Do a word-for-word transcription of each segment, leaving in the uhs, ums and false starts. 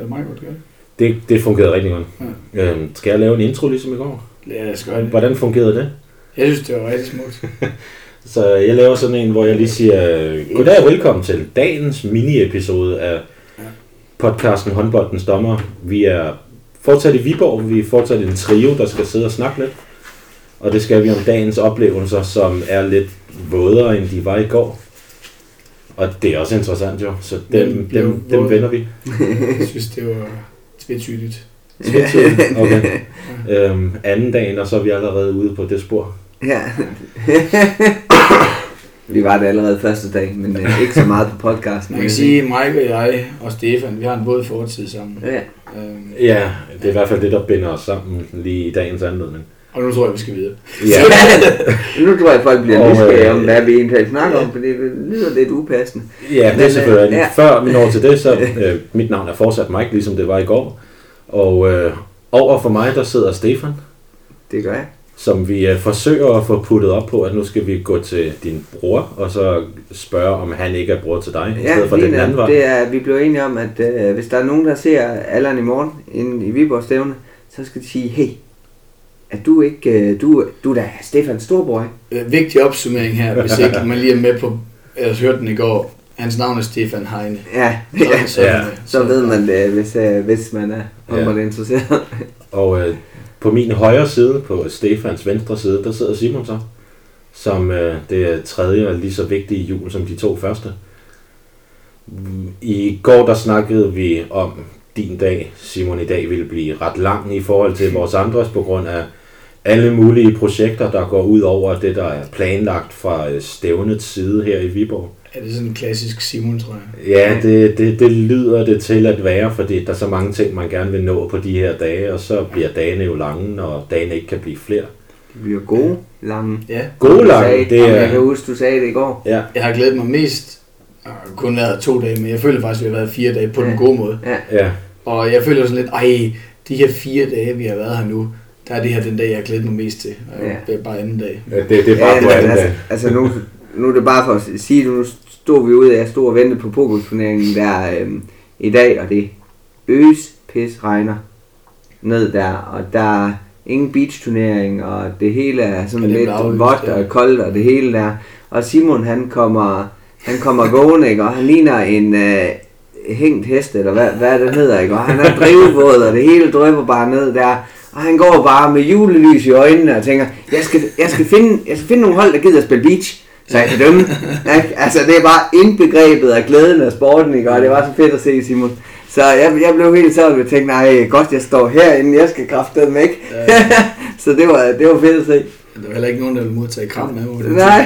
fungerer det meget godt, gør det? Det, det fungerede rigtig godt. Ja. Øhm, skal jeg lave en intro ligesom i går? Ja, jeg skal det. Hvordan fungerede det? Jeg synes, det var rigtig smukt. Så jeg laver sådan en, hvor jeg lige siger, goddag og velkommen til dagens mini-episode af podcasten Håndboldens Dommer. Vi er fortsat i Viborg, vi er fortsat en trio, der skal sidde og snakke lidt. Og det skal vi om dagens oplevelser, som er lidt vådere, end de var i går. Og det er også interessant jo, så dem, dem, dem, dem vender vi. Jeg synes, det var tvetydigt. Tvetydigt? Okay. Øhm, anden dagen, og så er vi allerede ude på det spor. Ja. Vi var det allerede første dag, men uh, ikke så meget på podcasten. Man kan sige, at Mike og jeg og Stefan, vi har en våd fortid sammen. Ja. Øhm, ja, det er i hvert fald det, der binder os sammen lige i dagens anledning. Og nu tror jeg, vi skal videre. Ja. Nu tror jeg, folk bliver nysgerrige om, hvad vi egentlig snakker om, for det lyder lidt upassende. Ja, det er selvfølgelig. Ja. Før vi når til det, så øh, mit navn er fortsat Mike, ligesom det var i går. Og øh, over for mig, der sidder Stefan. Det gør jeg. Som vi øh, forsøger at få puttet op på, at nu skal vi gå til din bror, og så spørge, om han ikke er bror til dig, i ja, stedet for den anden var. Det er, vi blev enige om, at øh, hvis der er nogen, der ser Allan i morgen inde i Viborg Stævne, så skal de sige, hey, er du ikke, du, du er da Stefans storbror, ikke? Øh, vigtig opsummering her, hvis ikke man lige er med på, jeg hørte den i går, hans navn er Stefan Heine. Ja, så, så, ja. så, så ved man det, hvis, øh, hvis man er håndbold ja. interesseret. Og øh, på min højre side, på Stefans venstre side, der sidder Simon så, som øh, det er tredje og lige så vigtige jul som de to første. I går der snakkede vi om din dag, Simon, i dag ville blive ret lang i forhold til vores andres, på grund af alle mulige projekter, der går ud over det, der er planlagt fra stævnets side her i Viborg. Er det sådan en klassisk Simon, tror jeg? Ja, det, det, det lyder det til at være, fordi der er så mange ting, man gerne vil nå på de her dage, og så bliver dagene jo lange, og dagene ikke kan blive flere. Det bliver gode, lange. Ja. Gode lange, det er... Jeg kan huske, du sagde det i går. Ja. Jeg har glædet mig mest, jeg har kun været to dage, men jeg føler faktisk, at vi har været fire dage på ja. den gode måde. Ja. Ja. Og jeg føler sådan lidt, ej, de her fire dage, vi har været her nu, der er det her den dag, jeg har glædet mig mest til. Og ja. Det er bare anden dag. Ja, det, det er bare ja, på anden altså, dag. Altså nu, nu er det bare for at sige, nu stod vi ude, jeg stod og ventede på pokerturneringen der øhm, i dag, og det øs pis regner ned der, og der er ingen beach-turnering, og det hele er sådan lidt vådt og koldt, og det hele der. Og Simon, han kommer, han kommer gående, ikke? Og han ligner en øh, hængt hest, eller hvad, hvad det hedder, ikke? Og han er drivvåd, og det hele drøber bare ned der. Og han går bare med julelys i øjnene og tænker, jeg skal, jeg skal, finde, jeg skal finde nogle hold, der gider at spille beach, så jeg kan dømme. Altså det er bare indbegrebet af glæden af sporten, ikke? Og det var så fedt at se, Simon. Så jeg, jeg blev helt sådan, og tænkte, nej, godt jeg står herinde, jeg skal kraftedeme væk. Ja. Så det var, det var fedt at se. Der var heller ikke nogen, der ville modtage kram med mig. Nej.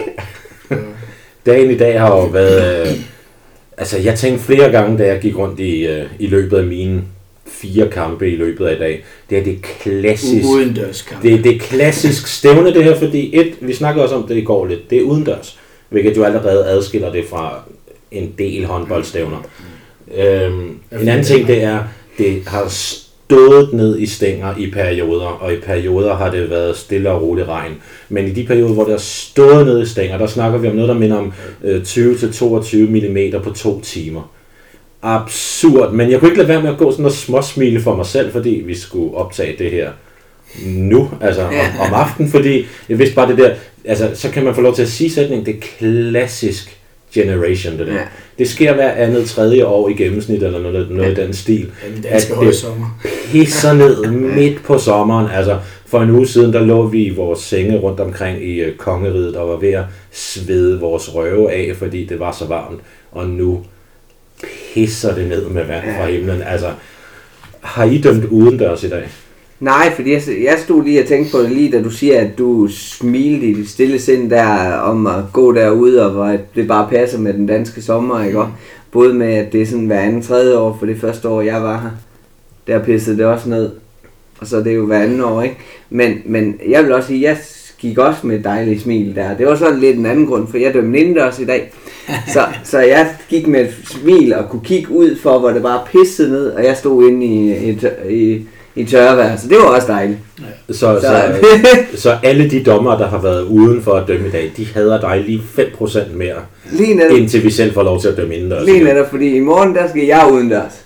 Dagen i dag har jo været, øh, altså jeg tænkte flere gange, da jeg gik rundt i, øh, i løbet af mine fire kampe i løbet af i dag. Det er det klassisk. Udendørskamp. Det er det klassisk stævne det her, fordi et, vi snakkede også om det i går lidt, det er udendørs, hvilket jo allerede adskiller det fra en del håndboldstævner. Øhm, en anden ting, det er, det har stået ned i stænger i perioder, og i perioder har det været stille og rolig regn. Men i de perioder, hvor det har stået ned i stænger, der snakker vi om noget, der minder om øh, tyve til toogtyve millimeter på to timer. Absurd, men jeg kunne ikke lade være med at gå sådan og småsmile for mig selv, fordi vi skulle optage det her nu, altså om, om aftenen, fordi jeg vidste bare det der, altså så kan man få lov til at sige sætningen, det er klassisk generation, det der. Ja. Det sker hver andet tredje år i gennemsnit, eller noget, noget ja. Den stil. Den danske højsommer. Pisser ned midt på sommeren, altså for en uge siden, der lå vi i vores senge rundt omkring i uh, kongeriget, og var ved at svede vores røve af, fordi det var så varmt, og nu pisser det ned med vand fra himlen. Altså, har I dømt udendørs i dag? Nej, fordi jeg, jeg stod lige og tænkte på det lige, da du siger, at du smilte i det stille sind der om at gå derude, og hvor det bare passer med den danske sommer, ikke? Og både med, at det er sådan hver anden tredje år, for det første år, jeg var her, der pissede det også ned, og så er det jo hver anden år, ikke? Men, men jeg vil også sige, jeg gik også med et dejligt smil der. Det var sådan lidt en anden grund, for jeg dømte indendørs i dag. Så, så jeg gik med et smil og kunne kigge ud for, hvor det bare pissede ned, og jeg stod inde i, i, i, i tørvejr, så det var også dejligt. Så, så, så, så alle de dommere, der har været uden for at dømme i dag, de hader dig lige fem procent mere, netop, indtil vi selv får lov til at dømme indendørs. Lige netop, fordi i morgen, der skal jeg udendørs.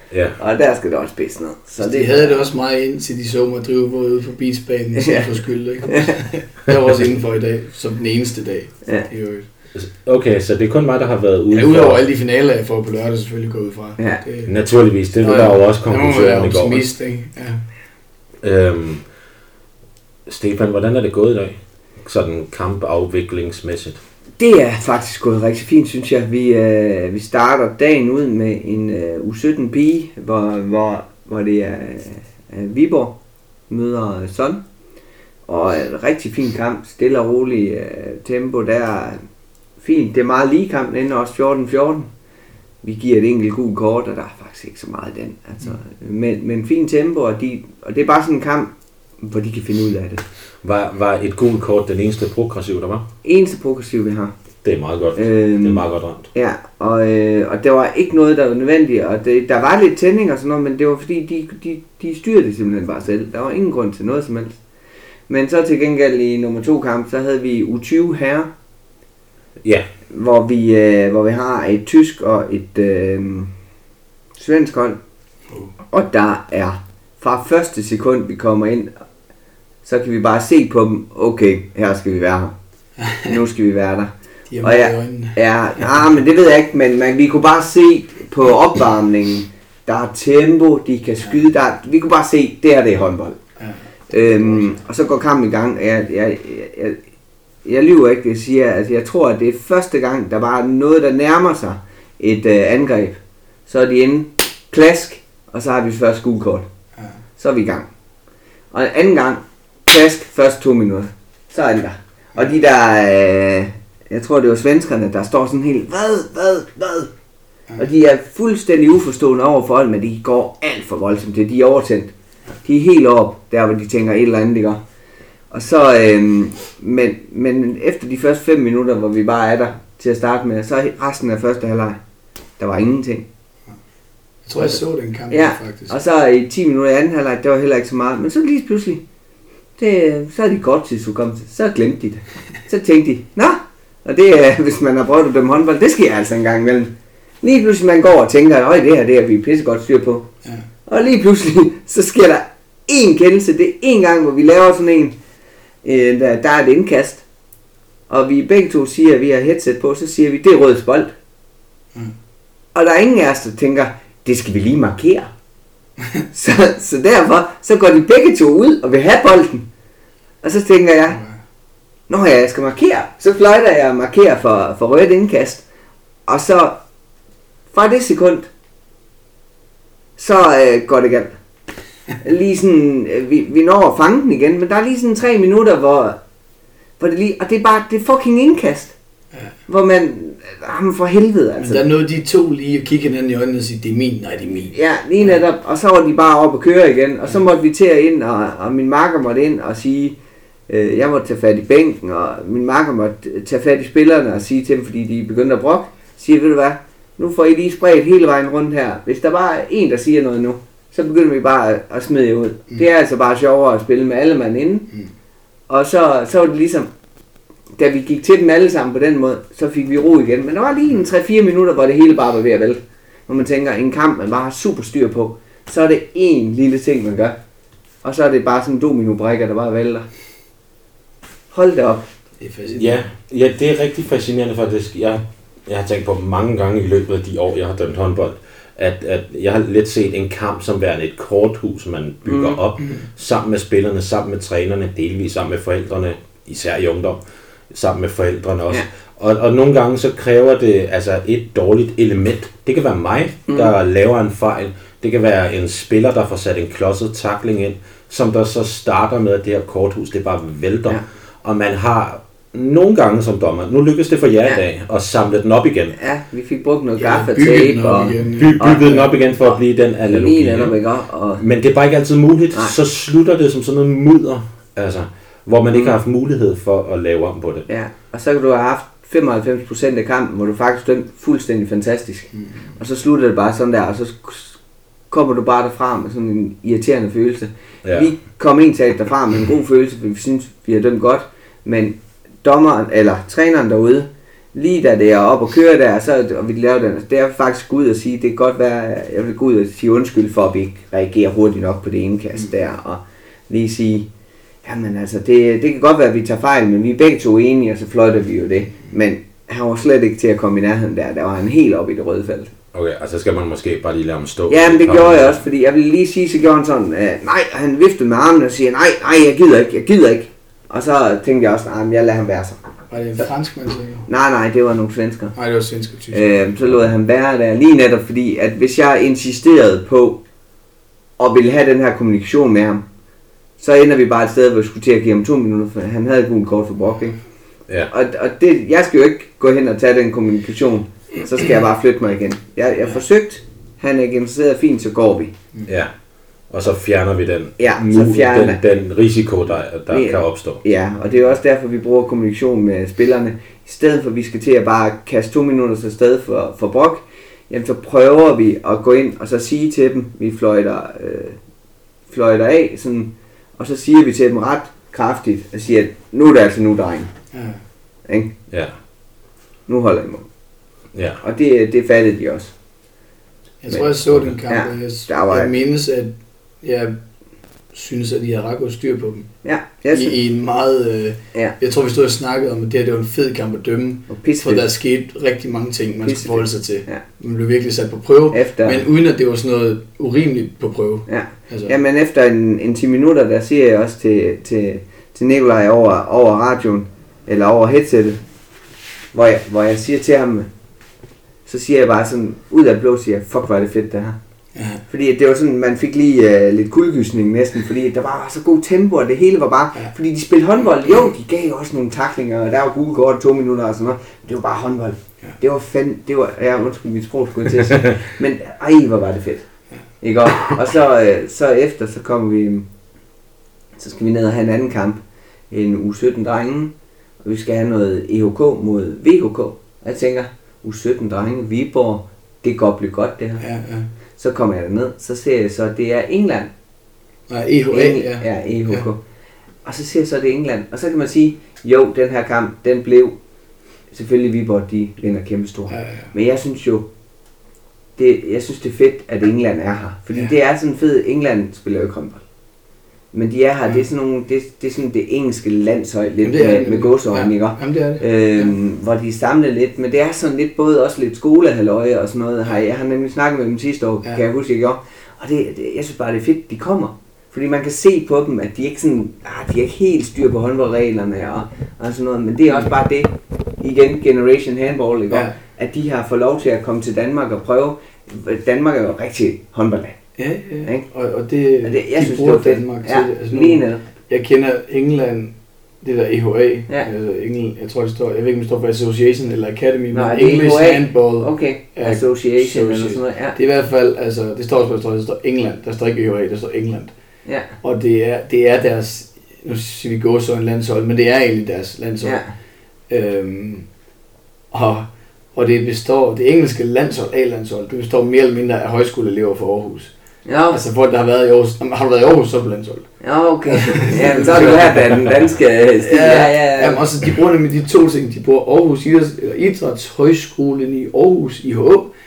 Ja. Og der skal det også spidse ned. Så de det, havde det også meget ind, til de så mig drive både ude på beachbanen, så for skyld, ikke? Jeg var også indenfor i dag, som den eneste dag. Ja. Okay, så det er kun mig, der har været ude. Ja, udover alle de finaler, jeg får på lørdag, selvfølgelig går ud fra. Ja. Det, naturligvis, det var jo også konklusionen i går. Optimist, ikke? Ja. Øhm, Stefan, hvordan er det gået i dag? Sådan kampafviklingsmæssigt. Det er faktisk gået rigtig fint, synes jeg. Vi, øh, vi starter dagen ud med en øh, U sytten pige, hvor, hvor, hvor det er øh, Viborg møder Son. Og en rigtig fin kamp, stille og rolig øh, tempo, der er fint. Det er meget lige kampen, ender også fjorten fjorten. Vi giver et enkelt gult kort, og der er faktisk ikke så meget i den. Altså, mm. men, men fin tempo, og, de, og det er bare sådan en kamp, hvor de kan finde ud af det. Var, var et gult kort den eneste progressiv, der var? Eneste progressiv, vi har. Det er meget godt. Øhm, det er meget godt ramt. Ja, og, øh, og der var ikke noget, der var nødvendigt, og det, der var lidt tænding og sådan noget, men det var fordi, de, de, de styrede det simpelthen bare selv. Der var ingen grund til noget som helst. Men så til gengæld i nummer to kamp, så havde vi U tyve herre. Ja. Hvor vi, øh, hvor vi har et tysk og et øh, svensk hold. Og der er fra første sekund, vi kommer ind, så kan vi bare se på dem, okay, her skal vi være her. Nu skal vi være der. De og ja, ja, nej, men det ved jeg ikke, men man, vi kunne bare se på opvarmningen, der er tempo, de kan skyde, der, vi kunne bare se, det her det er håndbold. Ja. Øhm, og så går kampen i gang, jeg, jeg, jeg, jeg lyver ikke, det siger, altså jeg tror, at det er første gang, der var noget, der nærmer sig et øh, angreb. Så er de inde, klask, og så har vi først gult kort. Ja. Så er vi i gang. Og en anden gang, klask, først to minutter. Så er de der. Og de der, øh, jeg tror det var svenskerne, der står sådan helt, hvad, hvad, hvad? Ja. Og de er fuldstændig uforstående over for det, men de går alt for voldsomt. De er overtændt. De er helt op, der hvor de tænker et eller andet, de gør. Og så, øh, men, men efter de første fem minutter, hvor vi bare er der til at starte med, så resten af første halvleg, der var ingenting. Jeg tror, jeg så den kamp, ja, faktisk. Og så i ti minutter i anden halvleg, det var heller ikke så meget. Men så lige pludselig, det, så er de godt til så så glemte de det. Så tænkte de, nå, og det er, hvis man har prøvet at dømme håndbold, det sker altså en gang imellem. Lige pludselig man går og tænker, øj, det her det er vi pissegodt styr på. Ja. Og lige pludselig, så sker der én kendelse. Det er én gang, hvor vi laver sådan en, øh, der, der er et indkast. Og vi begge to siger, at vi har headset på, så siger vi, det er rød bold. Mm. Og der er ingen af os, der tænker, det skal vi lige markere. så, så derfor, så går de begge to ud og vil have bolden. Og så tænker jeg, nå ja, jeg skal markere. Så fløjter jeg og markerer for, for rødt indkast. Og så, fra det sekund, så øh, går det galt. Lige sådan, øh, vi, vi når at fange den igen, men der er lige sådan tre minutter, hvor, hvor det lige, og det er bare, det er fucking indkast. Ja. Hvor man, jamen for helvede altså. Men der er noget, de to lige at kigge hinanden i øjnene og sige, det er min, nej det er min. Ja, lige netop, og så var de bare op og køre igen, og så måtte vi til at ind, og, og min makker måtte ind og sige, øh, jeg måtte tage fat i bænken, og min makker måtte tage fat i spillerne og sige til dem, fordi de begyndte at brokke, sige, ved du hvad, nu får I lige spredt hele vejen rundt her. Hvis der bare er en, der siger noget nu, så begynder vi bare at, at smide jer ud. Mm. Det er altså bare sjovere at spille med alle mand inde. Mm. Og så, så var det ligesom, da vi gik til dem alle sammen på den måde, så fik vi ro igen. Men der var lige en tre fire minutter, hvor det hele bare var ved at vælte. Hvor man tænker, en kamp, man bare har super styr på, så er det én lille ting, man gør. Og så er det bare sådan en domino-brækker, der bare vælter. Hold det op. Det er fascinerende. Ja, ja, det er rigtig fascinerende faktisk. Jeg, jeg har tænkt på mange gange i løbet af de år, jeg har dømt håndbold, at, at jeg har lidt set en kamp som værende et korthus, man bygger mm. op, mm. sammen med spillerne, sammen med trænerne, delvis sammen med forældrene, især i ungdom, sammen med forældrene også. Ja. Og, og nogle gange så kræver det altså et dårligt element. Det kan være mig, mm. der laver en fejl. Det kan være en spiller, der får sat en klodset tackling ind, som der så starter med, at det her korthus, det bare vælter. Ja. Og man har nogle gange som dommer, nu lykkedes det for jer ja. i dag, at samle den op igen. Ja, vi fik brugt noget ja, gaffatape og bygget den op igen for at blive den analogi. Og... Men det er bare ikke altid muligt. Nej. Så slutter det som sådan noget mudder, altså, hvor man mm. ikke har haft mulighed for at lave om på det. Ja, og så kan du have haft femoghalvfems procent af kampen, hvor du faktisk dømte fuldstændig fantastisk. Mm. Og så slutter det bare sådan der, og så kommer du bare derfra med sådan en irriterende følelse. Ja. Vi kom egentlig derfra med en god følelse, for vi synes, vi har dømt godt, men dommeren, eller træneren derude, lige da det er op og køre der, så, og vi laver den, det er faktisk gå ud og sige, det kan godt være, jeg vil gå ud og sige undskyld for, at vi ikke reagerer hurtigt nok på det indkast der, og lige sige, jamen altså, det, det kan godt være, at vi tager fejl, men vi er begge to enige, og så fløjter vi jo det. Men han var slet ikke til at komme i nærheden der, der var han helt oppe i det røde felt. Okay, og så skal man måske bare lige lade ham stå. Ja, men det gjorde jeg også, fordi jeg ville lige sige, så gjorde han sådan, øh, nej, og han viftede med armen og siger, nej, nej, jeg gider ikke, jeg gider ikke. Og så tænkte jeg også, nej, men jeg lader ham være så. Var det en fransk mand, sikkert? Nej, nej, det var nogle svensker. Nej, det var svensker og tysker. Øh, så lod han være der, lige netop fordi, at hvis jeg insisterede på, at ville have den her kommunikation med ham, så ender vi bare et sted, hvor vi skulle til at give ham to minutter, for han havde et gult kort for Brock, ikke? Ja. Og, og det, jeg skal jo ikke gå hen og tage den kommunikation, så skal jeg bare flytte mig igen. Jeg, jeg forsøgt, han er ikke interesseret, fint, så går vi. Ja, og så fjerner vi den, ja, så fjerner. den, den risiko, der, der ja. kan opstå. Ja, og det er også derfor, vi bruger kommunikation med spillerne. I stedet for, at vi skal til at bare kaste to minutter til sted for, for Brock, jamen så prøver vi at gå ind og så sige til dem, vi fløjter, øh, fløjter af, sådan, og så siger vi til dem ret kraftigt, og siger, at nu er det altså nu, dreng. Ja. Ikke? Ja. Nu holder I mod. Ja. Og det, det fattede de også. Jeg tror, jeg så den kamp, ja, jeg, jeg mindes, at jeg synes, at de havde ret godt styr på dem. Ja, jeg I, I en meget... Øh, ja. Jeg tror, vi stod og snakkede om, at det her det var en fed kamp at dømme. For der skete rigtig mange ting, man skulle forholde sig til. Ja. Man blev virkelig sat på prøve, efter, men uden at det var sådan noget urimeligt på prøve. Ja, altså. Ja, men efter en, en ti minutter, der siger jeg også til, til, til Nikolaj over, over radioen, eller over headsettet, hvor jeg, hvor jeg siger til ham, så siger jeg bare sådan, ud af det blå, siger fuck, var det fedt det her. Ja. Fordi det var sådan, man fik lige uh, lidt kuldegysning næsten, fordi der var så god tempo, og det hele var bare, ja. Fordi de spillede håndbold, jo, de gav også nogle tacklinger, og der var gule kort to minutter og sådan noget, men det var bare håndbold. Ja. Det var fandme, det var, ja, undskyld, mit sprog skulle jeg til at sige, men ej, hvor var det fedt. Ja. Ikke? Og, og så, uh, så efter, så kommer vi, så skal vi ned og have en anden kamp, en U sytten drenge, og vi skal have noget E H K mod V H K. Jeg tænker, U sytten drenge, Viborg, det går blive godt det her. Ja, ja. Så kommer jeg derned, så ser jeg så, at det er England. Nej, E H A, Engl- ja. Ja, E H K. Ja. Og så ser jeg så, at det er England. Og så kan man sige, jo, den her kamp, den blev, selvfølgelig Viborg, de vinder kæmpe stor. Ja, ja. Men jeg synes jo, det, jeg synes det er fedt, at England er her. Fordi ja. Det er sådan fedt, England spiller jo ikke håndbold. Men de er her, ja. det, er sådan nogle, det, det er sådan det engelske landshold, lidt med, det, med gåseøjne, ikke? Jamen, det er det. Øhm, ja. Hvor de samler lidt, men det er sådan lidt både også lidt skolehalløje og sådan noget. Ja. Jeg har nemlig snakket med dem sidste år, ja. Kan jeg huske, jeg gjorde. Og det, det, jeg synes bare, det er fedt, de kommer. Fordi man kan se på dem, at de ikke sådan, ah, de er ikke helt styr på håndboldreglerne og, og sådan noget. Men det er også bare det, igen, Generation Handball, ikke? Ja. At de har fået lov til at komme til Danmark og prøve. Danmark er jo rigtig håndboldland. Ja, ja. Og, og det, og det jeg de synes, bruger det Danmark ja, til altså nu, jeg kender England, det der E H A, ja. altså England, jeg tror det står, jeg ved ikke om det står for Association eller Academy, Nå, men English Handball. Okay, Association, Association eller sådan noget, ja. Det er i hvert fald, altså det står også på, der står England, der står ikke E H A, der står England. Ja. Og det er, det er deres, nu siger vi gå så en landshold, men det er egentlig deres landshold. Ja. Øhm, og Og det består, det engelske landshold, A-landshold, det består mere eller mindre af højskoleelever fra Aarhus. Ja. Altså folk, der har været i Aarhus, har du været i Aarhus, så på landshold. Ja, okay. Ja, men så har du lært af den danske stil. Ja, ja, ja. Jamen, også, de bruger nemlig de to ting. De bruger Aarhus Idrætshøjskolen i Aarhus, I H.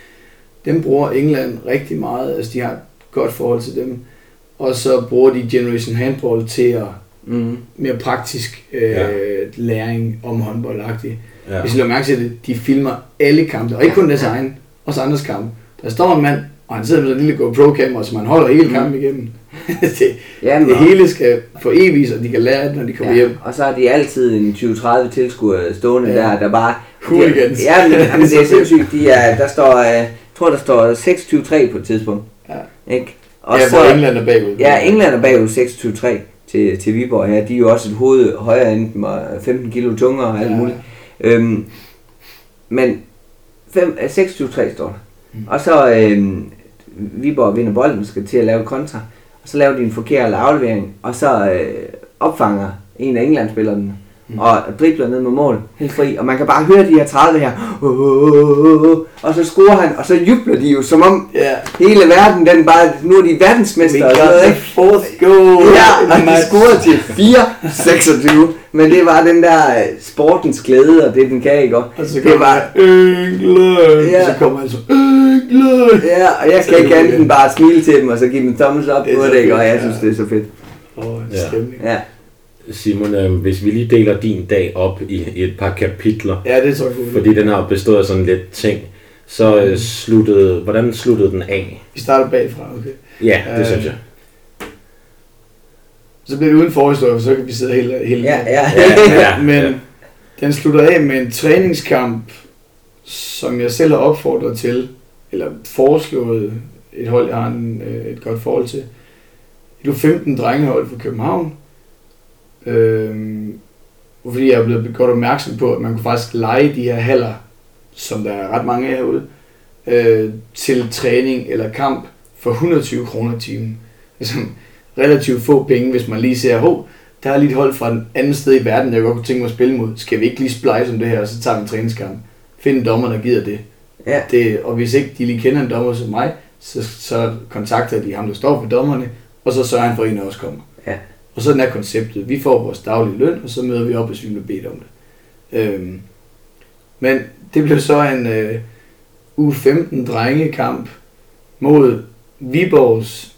Dem bruger England rigtig meget, altså de har et godt forhold til dem. Og så bruger de Generation Handball til at mm. mere praktisk øh, ja. læring om håndboldagtigt. Ja. Hvis I lader mærke til det, de filmer alle kampe, og ikke kun deres egen, også andres kampe. Der står en mand, og han sidder med sådan en lille GoPro-kamera, så man holder hele kampen mm. igennem. det, Jamen, det hele skal få evigt, og de kan lære det, når de kommer ja. hjem. Og så har de altid en tyve tredive tilskuere stående ja. der, der bare... Hooligans. Ja, men, men det er sindssygt. De er, der står, jeg tror der står seksogtyve tre på et tidspunkt. Ja, ikke? Og ja, så, hvor England er bagud. Ja, England er bagud seksogtyve tre til, til Viborg. Ja, de er jo også et hoved højere end dem, og femten kilo tungere og alt ja. muligt. Øhm, men seksogtyve tre står der. Mm. Og så øhm, Viborg vinder bolden, skal til at lave kontra. Og så laver de en forkert aflevering, og så øh, opfanger en af Englandsspillerne. mm. og dribler ned med mål, helt fri, og man kan bare høre de her tredive her, og så scorer han, og så jubler de jo, som om yeah. hele verden, den bare, nu er de verdensmester, og sådan noget, fourth goal, ja, og de scorede til fire seksogtyve, men det var den der sportens glæde, og det den kan ikke, og så det var England, ja. Så kommer han så, England, ja, og jeg kan ikke andet end bare smile til dem, og så give dem thumbs up på det, ikke? Og jeg synes, det er så fedt. Åh, oh, stemning. Ja. Simon, øh, hvis vi lige deler din dag op i, i et par kapitler, ja, det tror jeg, fordi den har bestået af sådan lidt ting, så øh, sluttede, hvordan sluttede den af? Vi starter bagfra, okay. Ja, det uh, synes jeg. Så bliver det uden forhistorie, så kan vi sidde hele, hele ja, ja. ja, ja, men ja. Den slutter af med en træningskamp, som jeg selv har opfordret til, eller foreslået et hold, jeg har en, et godt forhold til. Et U femten drengehold fra København. Øhm, fordi jeg er blevet godt opmærksom på, at man kunne faktisk leje de her haller, som der er ret mange af herude, øh, til træning eller kamp for et hundrede og tyve kroner i timen. Altså relativt få penge, hvis man lige ser, hov, der er lige et hold fra et andet sted i verden, jeg godt kunne tænke mig at spille mod. Skal vi ikke lige splice om det her, og så tager vi en træningskamp? Find en dommer, der giver det. Ja. det. Og hvis ikke de lige kender en dommer som mig, så, så kontakter de ham, der står for dommerne, og så sørger han for, at en også kommer. Ja. Og sådan er konceptet. Vi får vores daglige løn, og så møder vi op, hvis vi bliver bedt om det. Øhm, men det blev så en øh, U femten drengekamp mod Viborgs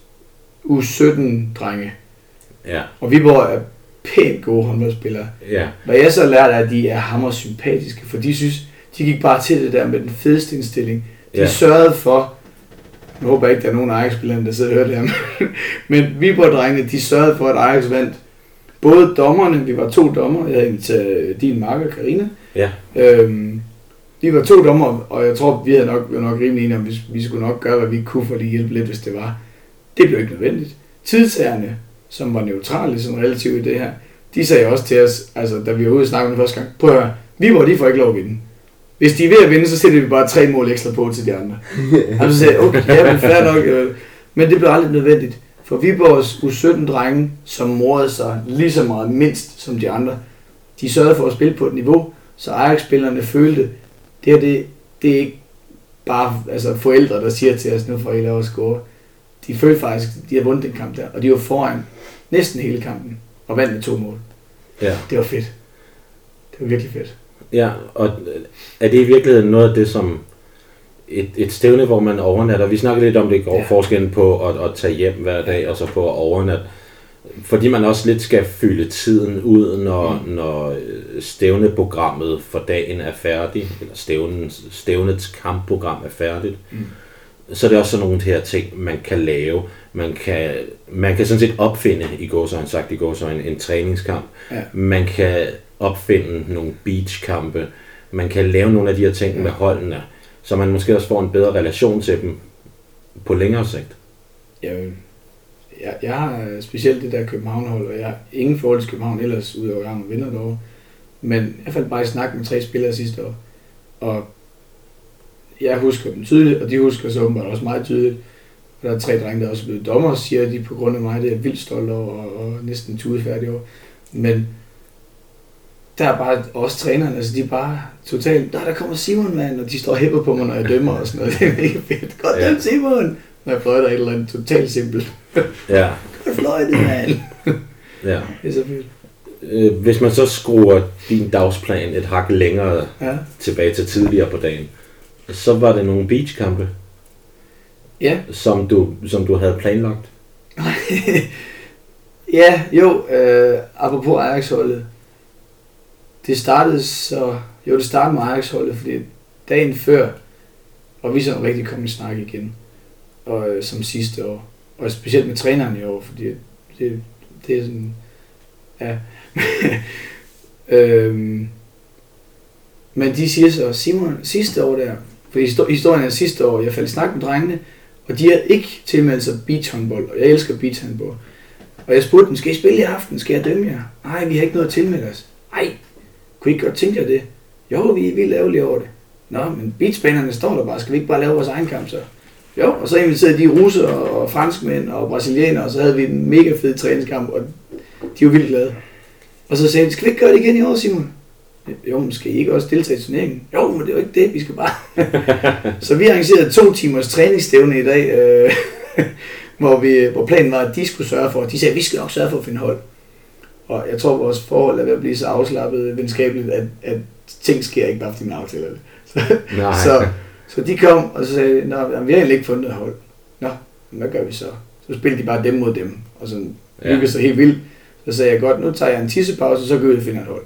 U sytten drenge. Ja. Og Viborg er pænt gode håndboldspillere. Ja. Hvad jeg så lærte er, at de er hammer sympatiske, for de synes, de gik bare til det der med den fedeste indstilling. De ja. sørgede for, jeg håber ikke, der er nogen Ajax-spillere, der sidder og hører det her, men Viborg-drengene, de sørgede for, at Ajax vandt. Både dommerne, vi var to dommer, jeg havde inviteret din marker, Karina. Ja. Øhm, de var to dommer, og jeg tror, vi havde nok, vi var nok rimelig enige om, vi, vi skulle nok gøre, hvad vi kunne for at hjælpe lidt, hvis det var. Det blev ikke nødvendigt. Tidtagerne, som var neutrale sådan relativt i det her, de sagde også til os, altså da vi var ude og snakke om det første gang, prøv at høre, Viborg, de får ikke lov at vinde. Hvis de er ved at vinde, så sætter vi bare tre mål ekstra på til de andre. Og så sagde jeg, okay, ja, men fair nok. Men det blev aldrig nødvendigt. For Viborgs U sytten drenge, som morede sig lige så meget mindst som de andre, de sørgede for at spille på et niveau, så Ajax-spillerne følte, det her, det, det er ikke bare altså, forældre, der siger til os, nu får I lov at score. De følte faktisk, de havde vundet den kamp der, og de var foran næsten hele kampen, og vandt med to mål. Ja. Det var fedt. Det var virkelig fedt. Ja, og er det i virkeligheden noget af det, som et, et stævne, hvor man overnatter? Vi snakkede lidt om det i går, ja. Forskellen på at, at tage hjem hver dag, og så på at overnatte. Fordi man også lidt skal fylde tiden ud, når, mm. når stævneprogrammet for dagen er færdigt, eller stævnens, stævnets kampprogram er færdigt. Mm. Så er det også sådan nogle her ting, man kan lave. Man kan, man kan sådan set opfinde, i gåseøjne sagt i gåseøjne, en træningskamp. Ja. Man kan opfinde nogle beachkampe. Man kan lave nogle af de her ting ja. Med holdene, så man måske også får en bedre relation til dem på længere sigt. Ja, jeg, jeg har specielt det der København-hold, og jeg har ingen forhold til København ellers, udover at jeg har vinder derovre. Men jeg faldt bare i snak med tre spillere sidste år, og jeg husker dem tydeligt, og de husker så åbenbart også meget tydeligt. Og der er tre drenge, der er også blevet dommer, siger de på grund af mig, det er jeg vildt stolt over, og, og næsten tudefærdig over. Men der er bare også trænerne, altså de er bare totalt, der der kommer Simon, mand, og de står og hæpper på mig, når jeg dømmer og sådan noget. Det er mega fedt. Godt ja. Dem, Simon! Når jeg fløjter et eller andet totalt simpelt. Ja. Godt fløjtet, mand! Ja. Det er så fedt. Hvis man så skruer din dagsplan et hak længere ja. Tilbage til tidligere på dagen, så var det nogle beachkampe, ja. som, du, som du havde planlagt. Ja, jo, øh, apropos Ajax-holdet. Det startede så, jo det startede med Ajax-holdet, fordi dagen før var vi sådan rigtig kommet i snak igen, og øh, som sidste år, og specielt med træneren i år, fordi det, det er sådan, ja. øhm, men de siger så, Simon, sidste år der, for historien er sidste år, jeg faldt i snak med drengene, og de har ikke tilmeldt sig beachhåndbold, og jeg elsker beachhåndbold. Og jeg spurgte dem, skal I spille i aften? Skal jeg dømme jer? Nej, vi har ikke noget at tilmelde os. Nej, kunne I ikke godt tænke jer det? Jo, vi er vildt ærgerlige over det. Nå, men beachbanerne står der bare, skal vi ikke bare lave vores egen kamp så? Jo, og så inviterede de russer og franskmænd og brasilianere, og så havde vi en mega fed træningskamp, og de var vildt glade. Og så sagde de, skal vi ikke gøre det igen i år, Simon? Jo, men skal I ikke også deltage i turneringen? Jo, men det er jo ikke det, vi skal bare. Så vi arrangerede to timers træningsstævne i dag, øh, hvor, vi, hvor planen var, at de skulle sørge for, de sagde, at vi skal nok sørge for at finde hold. Og jeg tror, vores forhold er ved at blive så afslappet venskabeligt, at, at ting sker ikke bare, fordi man aftaler det. Så, så, så de kom, og så sagde de, nå, vi har egentlig ikke fundet et hold. Nå, hvad gør vi så? Så spillede de bare dem mod dem, og sådan hyggede sig helt vildt. Så sagde jeg, godt, nu tager jeg en tissepause, og så går jeg ud og finder et hold.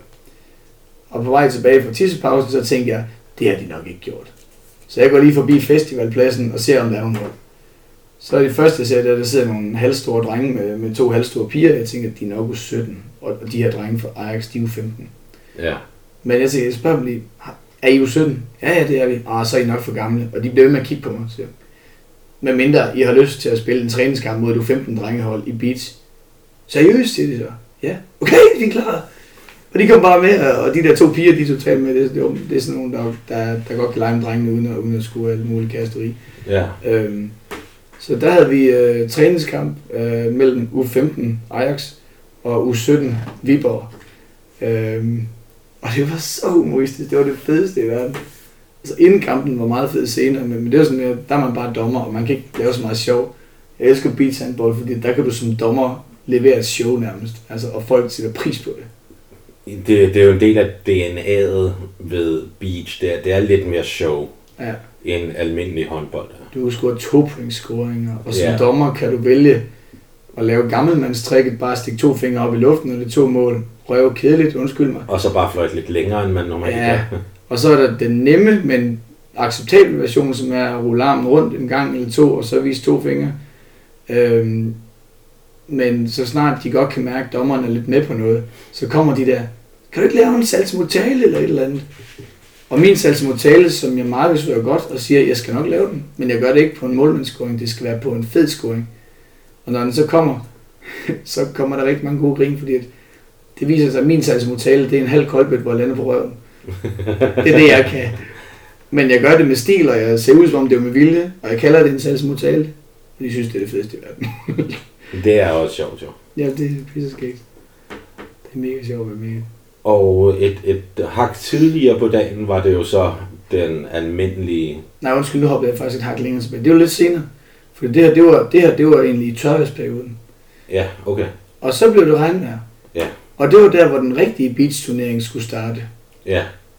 Og på vej tilbage fra tissepausen, så tænkte jeg, det har de nok ikke gjort. Så jeg går lige forbi festivalpladsen og ser, om der er nogen hold. Så er det første, jeg ser, der, der sidder nogle halvstore drenge med, med to halvstore piger. Jeg tænker, at de er nok sytten, og de her drenge fra Ajax, de er femten. Ja. Men jeg tænker, jeg spørger dem lige, er I sytten? Ja, ja, det er vi. Ah, så er I nok for gamle. Og de bliver ved med at kigge på mig. Så med mindre I har lyst til at spille en træningskamp mod du femten drengehold i beach. Seriøst, siger de så. Ja, okay, de er klar. Og de kom bare med, og de der to piger, de totalt med, det, det, det er sådan nogle, der, der, der godt kan lege med drengene uden at, uden at skulle have alt muligt kasteri. Ja. Øhm, så der havde vi øh, træningskamp øh, mellem U femten Ajax og U sytten Viborg. Øhm, og det var så humoristisk, det var det fedeste i verden. Altså inden kampen var meget fed senere, men, men det var sådan, at der er man bare dommer, og man kan ikke lave så meget sjov. Jeg elsker beach handball, fordi der kan du som dommer levere et show nærmest, altså, og folk sætter pris på det. Det, det er jo en del af D N A'et ved beach, det er, det er lidt mere show ja. end almindelig håndbold. Du scorer to point scoringer, og som ja. dommer kan du vælge at lave gammelmandstrækket, bare stikke to fingre op i luften, og det er to mål. Røve kedeligt, undskyld mig. Og så bare fløjte lidt længere, end man normalt ja. gør. Og så er der den nemme, men acceptable version, som er at rulle armen rundt en gang eller to, og så vise to fingre. Øhm, men så snart de godt kan mærke, at dommeren er lidt med på noget, så kommer de der, kan du ikke lave en saltomortale eller et eller andet? Og min saltomortale, som jeg markedsfører godt, og siger, at jeg skal nok lave den, men jeg gør det ikke på en målmandsscoring, det skal være på en fed scoring. Og når den så kommer, så kommer der rigtig mange gode grin, fordi det viser sig, at min saltomortale, det er en halv koldbøt, hvor jeg lander på røven. Det er det, jeg kan. Men jeg gør det med stil, og jeg ser ud som om det er med vilje, og jeg kalder det en saltomortale. De synes, det er det fedeste i verden. Det er også sjovt, jo. Ja, det er pisseskægt. Det er mega sjovt at være med. Og et, et hak tidligere på dagen var det jo så den almindelige... Nej, undskyld, nu hoppede jeg faktisk et hak længere tilbage. Det var lidt senere. For det her, det var, det her, det var egentlig i tørværsperioden. Ja, okay. Og så blev det regnvejr. Ja. Og det var der, hvor den rigtige beach-turnering skulle starte. Ja.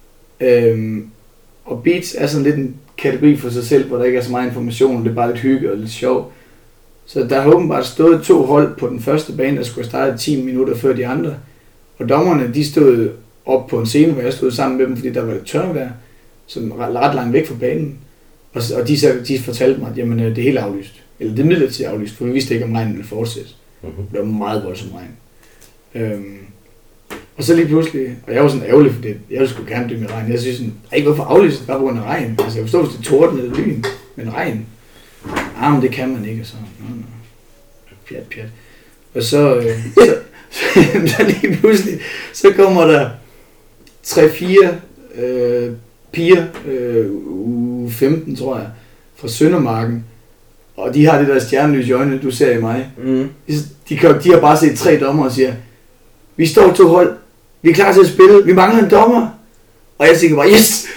Øhm, og beach er sådan lidt en kategori for sig selv, hvor der ikke er så meget information, det er bare lidt hygge og lidt sjov. Så der har åbenbart stået to hold på den første bane, der skulle starte ti minutter før de andre. Og dommerne, de stod op på en scene, hvor jeg stod sammen med dem, fordi der var et tørvejr, som ret langt væk fra banen. Og, og de, de fortalte mig, at jamen, det er helt aflyst. Eller det er midlertidigt aflyst, for vi vidste ikke, om regnen ville fortsætte. Mm-hmm. Det var meget voldsom regn. Øhm, og så lige pludselig, og jeg var sådan ærgerlig, fordi jeg ville sgu gerne dø med regn. Jeg synes sådan, ikke hvorfor aflyst, bare på grund af regn. Altså jeg forstår, hvis det torden eller lyn, men regn. Ah, men det kan man ikke, og så. Nå, nå. Pjat, pjat. Og så, øh, så, så, så lige pludselig, så kommer der tre-fire øh, piger, øh, uge femten tror jeg, fra Søndermarken, og de har det der stjernelys i øjnene, du ser i mig. Mm. De, de, de har bare set tre dommer og siger, vi står to hold, vi er klar til at spille, vi mangler en dommer. Og jeg tænker bare, yes!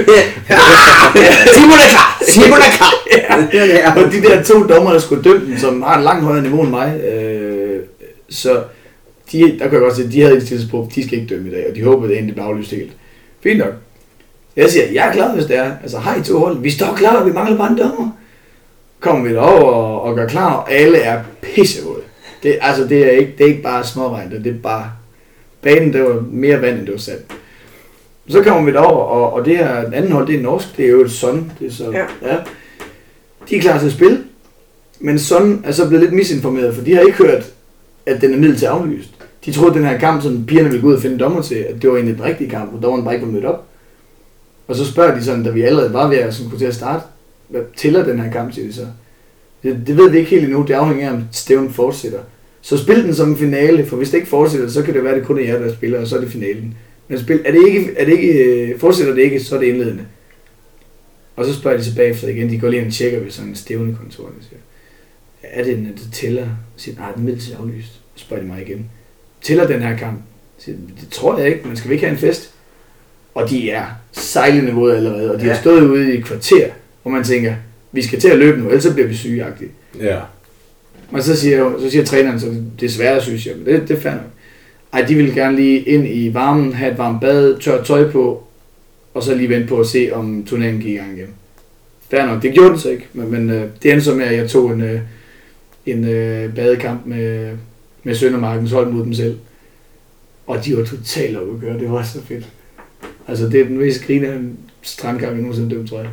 Simon er klar! Simon er klar! Ja. Og de der to dommer, der skulle dømme den, som har en langt højere niveau end mig, øh, så de, der kan jeg godt se, at de havde ikke stillet på, de skal ikke dømme i dag, og de håber, at det endelig bliver aflyst helt. Fint nok. Jeg siger, jeg er klar, hvis det er. Altså, har I to hold? Vi står klar, vi mangler bare en dommer. Kommer vi derover og, og gør klar, og alle er pissevåde. Det, altså, det er ikke, det er ikke bare småregn, det er bare... Banen, der var mere vand, end det var sand. Så kommer vi derover, og, og det her anden hold, det er norsk, det er jo et Son. Det er så, ja. Ja. De er klar til at spille, men Son er så blevet lidt misinformeret, for de har ikke hørt, at den er middel til aflyst. De troede, at den her kamp, som pigerne ville gå ud og finde dommer til, at det var egentlig den rigtige kamp, hvor dommeren bare ikke var mødt op. Og så spørger de sådan, da vi allerede var ved at kunne til at starte, hvad tæller den her kamp, siger de så. Det, det ved vi ikke helt endnu, det afhænger af, om stævnen fortsætter. Så spil den som en finale, for hvis det ikke fortsætter, så kan det være, at det kun er jer, der spiller, og så er det finalen. Men spil, er det ikke, er det ikke, fortsætter det ikke, så er det indledende. Og så spørger de så bagefter igen, de går lige ind og tjekker ved sådan en stævnekontor, og siger, er det, at det tæller? Og siger, nej, den er midt til aflyst. Så spørger de mig igen, tæller den her kamp? Så det tror jeg ikke, man skal vi ikke have en fest? Og de er sejlende våde allerede, og de ja. har stået ude i et kvarter, hvor man tænker, vi skal til at løbe nu, ellers så bliver vi sygeagtige. Ja. Og så siger, så siger træneren, så desværre synes jeg, men det, det er fair nok. Ej, de vil gerne lige ind i varmen, have et varmt bad, tørt tøj på, og så lige vente på at se, om turneringen gik i gang igen. Fair nok, det gjorde den så ikke, men, men øh, det endte så med, at jeg tog en, øh, en øh, badekamp med, med Søndermarkens hold mod dem selv. Og de var totalt overgøre, det var så fedt. Altså, det er den mest grinende strandkamp, jeg nogensinde dømt, tror jeg.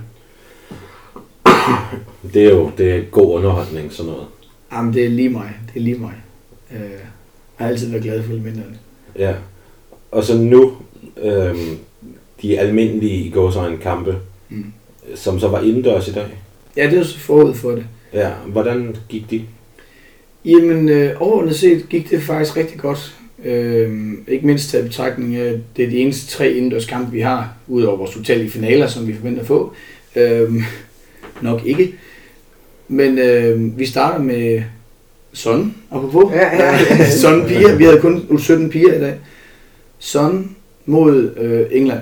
Det er jo det er god underholdning, sådan noget. Jamen, det er lige mig, det er lige mig. Øh, jeg har altid været glad for det mindre. Ja, og så nu, øh, de almindelige gåseøjne kampe, mm. som så var indendørs i dag. Ja, det er så forud for det. Ja, hvordan gik de? Jamen, øh, overordnet set gik det faktisk rigtig godt. Øh, ikke mindst til betragtning af, at det er de eneste tre indendørs kampe, vi har, udover vores utallige finaler, som vi forventer at få. Øh, nok ikke. Men øh, vi starter med Son, apropos. Ja, ja, ja. Son piger. Vi havde kun U sytten piger i dag. Son mod øh, England.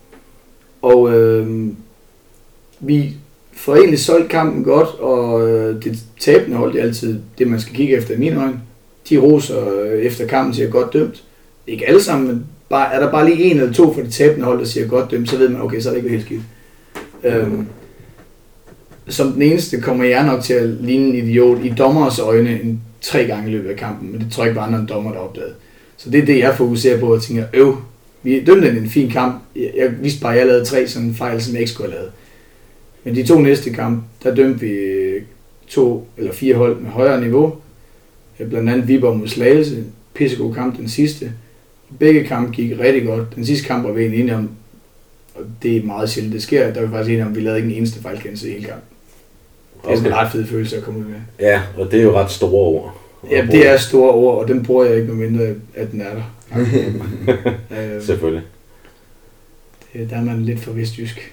Og øh, vi får egentlig solgt kampen godt, og øh, det tabende hold, det er altid det, man skal kigge efter i mine øjne. De roser øh, efter kampen siger godt dømt. Ikke alle sammen, men bare, er der bare lige en eller to for det tabende hold, der siger godt dømt, så ved man, okay, så er det ikke helt skidt. Øh, som den eneste kommer jeg nok til at ligne en idiot i dommers øjne en tre gange i løbet af kampen, men det tror jeg ikke var andre dommer, der opdagede. Så det er det, jeg fokuserer på og tænker, øv, vi dømte en fin kamp. Jeg, jeg vidste bare, at jeg lavede tre sådan fejl, som jeg ikke skulle have lavet. Men de to næste kampe, der dømte vi to eller fire hold med højere niveau. Blandt andet Viborg mod Slagelse, pissegod kamp den sidste. Begge kampe gik rigtig godt. Den sidste kamp var vi egentlig enige om, og det er meget sjældent, det sker. Der var vi faktisk enige om, at vi lavede ikke en eneste fejlkendelse i hele kampen. Det er sådan en ret fed følelse at komme ud med. Ja, og det er jo ret store ord. Ja, det er store ord, og den bruger jeg ikke med mindre, at den er der. øh, Selvfølgelig. Det, der er man lidt for vestjysk.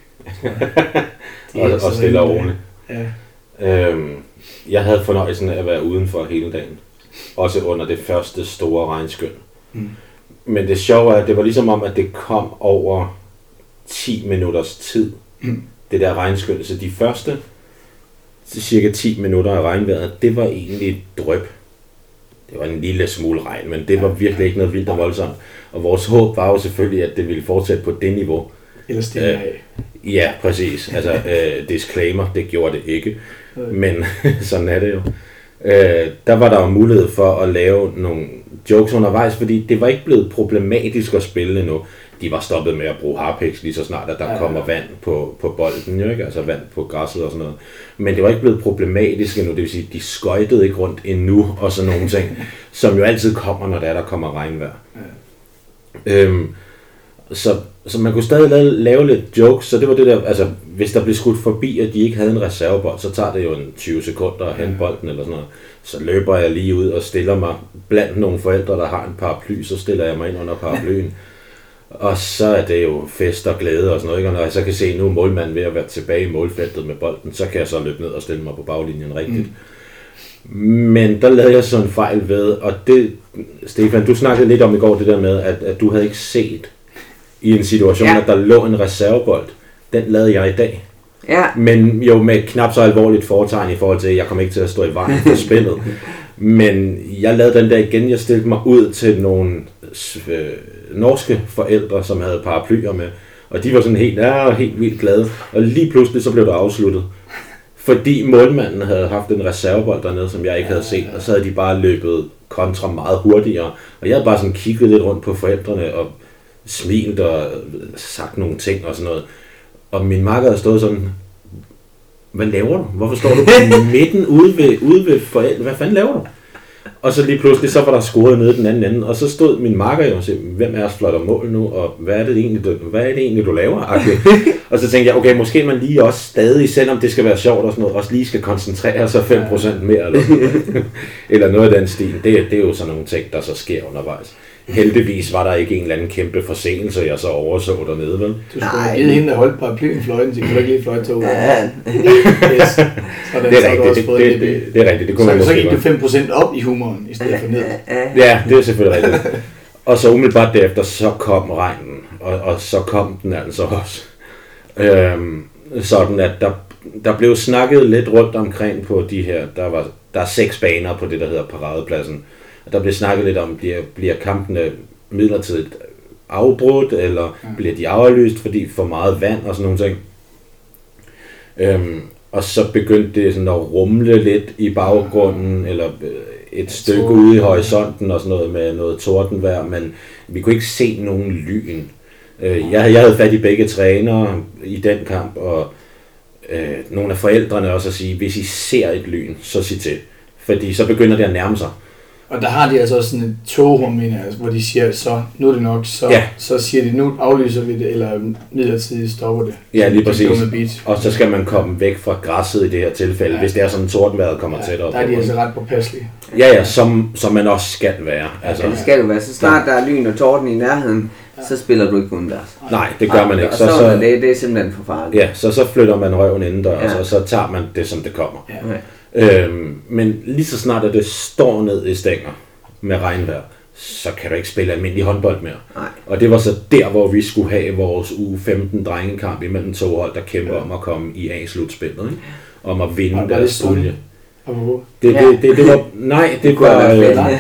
og, og stille og roligt. Ja. Øhm, jeg havde fornøjelsen af at være udenfor hele dagen. Også under det første store regnskøn. Mm. Men det sjove er, at det var ligesom om, at det kom over ti minutters tid. Mm. Det der regnskøn. Så de første cirka ti minutter af regnvejret, det var egentlig et dryp. Det var en lille smule regn, men det var virkelig ikke noget vildt og voldsomt. Og vores håb var jo selvfølgelig, at det ville fortsætte på det niveau. Eller stille af. Øh, ja, præcis. Altså, øh, disclaimer, det gjorde det ikke. Men sådan er det jo. Øh, der var der jo mulighed for at lave nogle jokes undervejs, fordi det var ikke blevet problematisk at spille endnu. De var stoppet med at bruge harpiks lige så snart, at der ja, ja. kommer vand på, på bolden, jo ikke? Altså vand på græsset og sådan noget. Men det var ikke blevet problematisk endnu, det vil sige, de skøjtede ikke rundt endnu og sådan nogle ting, som jo altid kommer, når der, er, der kommer regnvejr. Ja. Øhm, så, så man kunne stadig lave, lave lidt jokes, så det var det der, altså hvis der blev skudt forbi, at de ikke havde en reservebold, så tager det jo en tyve sekunder at hente bolden eller sådan noget. Så løber jeg lige ud og stiller mig blandt nogle forældre, der har en paraply, så stiller jeg mig ind under paraplyen. Og så er det jo fest og glæde og sådan noget, ikke? Og når jeg så kan se, nu er målmanden ved at være tilbage i målfeltet med bolden, så kan jeg så løbe ned og stille mig på baglinjen rigtigt. Mm. Men der lavede jeg sådan en fejl ved, og det, Stefan, du snakkede lidt om i går det der med, at, at du havde ikke set i en situation, ja. at der lå en reservebold. Den lavede jeg i dag. Ja. Men jo med knap så alvorligt foretegn i forhold til, at jeg kom ikke til at stå i vejen for spillet. Men jeg lavede den der igen, jeg stillede mig ud til nogle øh, norske forældre, som havde paraplyer med. Og de var sådan helt, ja, helt vildt glade. Og lige pludselig så blev det afsluttet. Fordi målmanden havde haft en reservebold dernede, som jeg ikke havde set. Og så havde de bare løbet kontra meget hurtigere. Og jeg havde bare sådan kigget lidt rundt på forældrene og smilt og sagt nogle ting og sådan noget. Og min makker havde stået sådan, hvad laver du? Hvorfor står du på midten ude ved, ude ved forældre? Hvad fanden laver du? Og så lige pludselig, så var der scoret nede den anden ende, og så stod min makker jo og sagde, hvem er os flotter mål nu, og hvad er det egentlig, du, hvad er det egentlig, du laver? Okay. Og så tænkte jeg, okay, måske man lige også stadig, selvom det skal være sjovt og sådan noget, også lige skal koncentrere sig fem procent mere, eller, eller noget af den stil. Det, det er jo sådan nogle ting, der så sker undervejs. Heldigvis var der ikke en eller anden kæmpe forseelse, jeg så overså dernede, vel? Du skulle have givet hende, der holdt paraplyen fløjten, så kunne du ikke lige fløjte til ud. Ja. Yes. Sådan, det er rigtigt, det, det, det, det er rigtigt. Det kunne så, man så gik du fem procent op i humoren, i stedet for ned. Ja, det er selvfølgelig rigtigt. Og så umiddelbart derefter, så kom regnen, og, og så kom den altså også. Øhm, sådan at der, der blev snakket lidt rundt omkring på de her, der var der er seks baner på det, der hedder Paradepladsen. Og der blev snakket lidt om, bliver, bliver kampene midlertidigt afbrudt, eller ja. bliver de aflyst, fordi for meget vand og sådan nogle ting. Øhm, og så begyndte det sådan at rumle lidt i baggrunden, eller et stykke ude i horisonten og sådan noget med noget tordenvejr, men vi kunne ikke se nogen lyn. Øh, jeg, jeg havde fat i begge trænere i den kamp, og øh, nogle af forældrene også at sige, hvis I ser et lyn, så sig til. Fordi så begynder det at nærme sig. Og der har de altså også sådan et togrum, mener jeg, hvor de siger, så nu er det nok, så, ja. så siger de, nu aflyser vi det, eller midlertidigt stopper det. Ja, lige præcis. Og så skal man komme væk fra græsset i det her tilfælde, ja. hvis det er sådan, tordenvejret kommer ja, tættere op. Der er de altså ret påpasselige. Ja, ja, som, som man også skal være. Altså, ja, det skal jo være. Så snart der er lyn og torden i nærheden, ja. så spiller du ikke udendørs. Nej, det gør man ikke. Og så, så, så det, det er simpelthen for farligt. Ja, så, så flytter man røven indendørs, ja. og så tager man det, som det kommer. Ja. Øhm, men lige så snart, at det står ned i stænger med regnvejr, så kan du ikke spille almindelig håndbold mere. Nej. Og det var så der, hvor vi skulle have vores uge femten drengekamp imellem to hold, der kæmper ja. om at komme i A-slutspillet, ikke? Om at vinde og deres pulje. Det, det, det, det, det var, nej, det var, øh,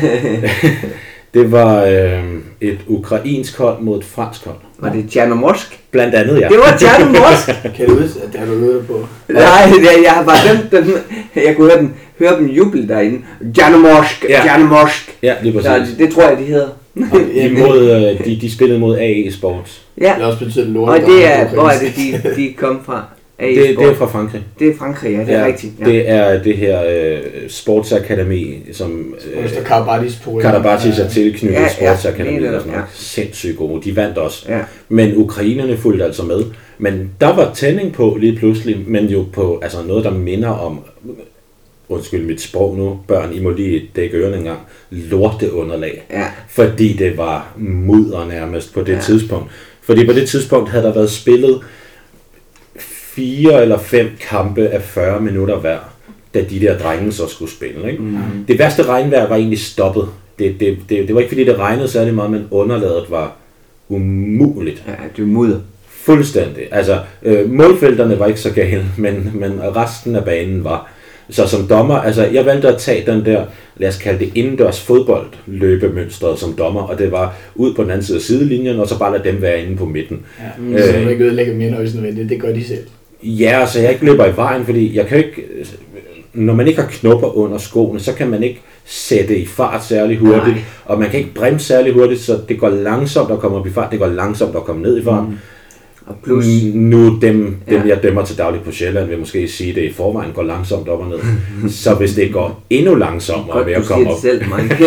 det var øh, et ukrainsk hold mod et fransk hold. Var det Tjernomorsk? Blandt andet, ja. Det var Tjernomorsk! Kan du ud, det har du hørt på? Nej, jeg, jeg har bare glemt den. Jeg kunne høre dem, høre dem juble derinde. Tjernomorsk, ja. Tjernomorsk. Ja, lige præcis. Ja, det, det tror jeg, de hedder. Imod, de, de spillede mod A E Sports. Ja, det er også betydet lort. Og det er, hvor er det, de, de kom fra? Det, det er fra Frankrig. Det er Frankrig, ja, det er ja, rigtigt. Ja. Det er det her øh, sportsakademi, som øh, Karabatis Karabatis er tilknyttet ja, sportsakademi, ja, og sådan noget. Ja. Sindssygt gode. De vandt også. Ja. Men ukrainerne fulgte altså med. Men der var tænding på lige pludselig, men jo på altså noget, der minder om, undskyld mit sprog nu, børn, I må lige dække ørerne en gang, lorteunderlag. Ja. Fordi det var mudder nærmest på det ja. tidspunkt. Fordi på det tidspunkt havde der været spillet fire eller fem kampe af fyrre minutter hver, da de der drenge så skulle spille. Ikke? Mm. Det værste regnvejr var egentlig stoppet. Det, det, det, det var ikke fordi det regnede særlig meget, men underlaget var umuligt. Ja, det er mudder. Fuldstændig. Altså, øh, målfelterne var ikke så gale, men, men resten af banen var. Så som dommer, altså jeg valgte at tage den der, lad os kalde det indendørs fodbold løbemønstret som dommer, og det var ud på den anden side af sidelinjen, og så bare lade dem være inde på midten. Ja, øh, så du ikke ødelægger mere nøjes nødvendigt, det gør de selv. Ja, så jeg ikke løber i vejen, fordi jeg kan ikke, når man ikke har knopper under skoene, så kan man ikke sætte i fart særlig hurtigt, nej. Og man kan ikke bremse særlig hurtigt, så det går langsomt at komme op i fart, det går langsomt at komme ned i fart. Mm. Og plus, nu dem, dem ja. jeg dømmer til dagligt på Sjælland, vil måske sige, at det i forvejen går langsomt op og ned. Så hvis det går endnu langsommere ved at komme op, selv,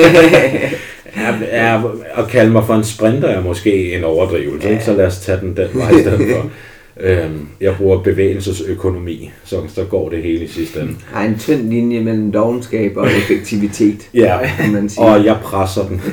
er, er, at kalde mig for en sprinter er måske en overdrivelse, ja. Så lad os tage den den vej i stedet for. Øhm, jeg bruger bevægelsesøkonomi, så, så går det hele i sidste ende. Der er en tynd linje mellem dovenskab og effektivitet. Ja, man siger. Og jeg presser den.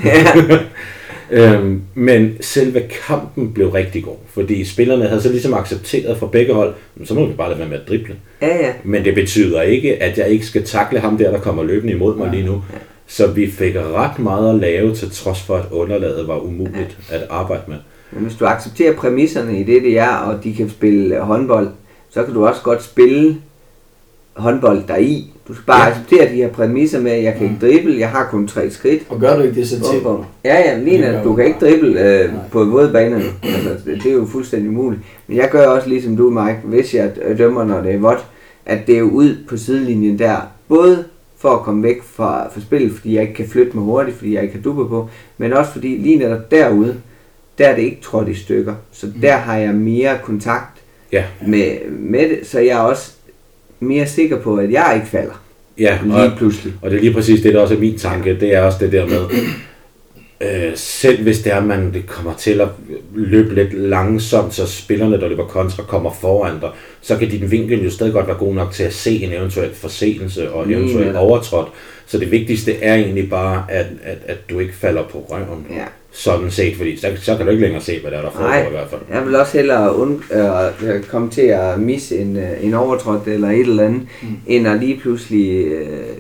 øhm, men selve kampen blev rigtig god, fordi spillerne havde så ligesom accepteret fra begge hold, så må vi bare lade være med at drible. Ja, ja. Men det betyder ikke, at jeg ikke skal takle ham der, der kommer løbende imod mig lige nu. Ja. Så vi fik ret meget at lave, til trods for, at underlaget var umuligt ja. at arbejde med. Men hvis du accepterer præmisserne i det, det er, og de kan spille håndbold, så kan du også godt spille håndbold deri. Du skal bare ja. acceptere de her præmisser med, at jeg kan ikke drible, jeg har kun tre skridt. Og gør du ikke det, så til? Ja, ja, lige at du kan ikke drible øh, på vådbanerne. Altså, det er jo fuldstændig umuligt. Men jeg gør også ligesom du, Mike, hvis jeg dømmer, når det er vådt, at det er ud på sidelinjen der, både for at komme væk fra, fra spillet, fordi jeg ikke kan flytte mig hurtigt, fordi jeg ikke har dupper på, men også fordi lige netop derude, der er det ikke trådt i stykker. Så mm. der har jeg mere kontakt ja. med, med det, så jeg er også mere sikker på, at jeg ikke falder. Ja, lige og, pludselig. Og det er lige præcis det, der også er min tanke. Det er også det der med, øh, selv hvis det er, man det kommer til at løbe lidt langsomt, så spillerne, der løber kontra, kommer foran dig, så kan din vinkel jo stadig godt være god nok til at se en eventuel forseelse og en eventuel mm. overtrådt. Så det vigtigste er egentlig bare, at, at, at du ikke falder på røven. Ja. Sådan set, fordi så, så kan du ikke længere se, hvad der er, der foregår i hvert fald. Jeg vil også hellere und- øh, komme til at misse en, en overtrådt eller et eller andet, mm. end at lige pludselig øh,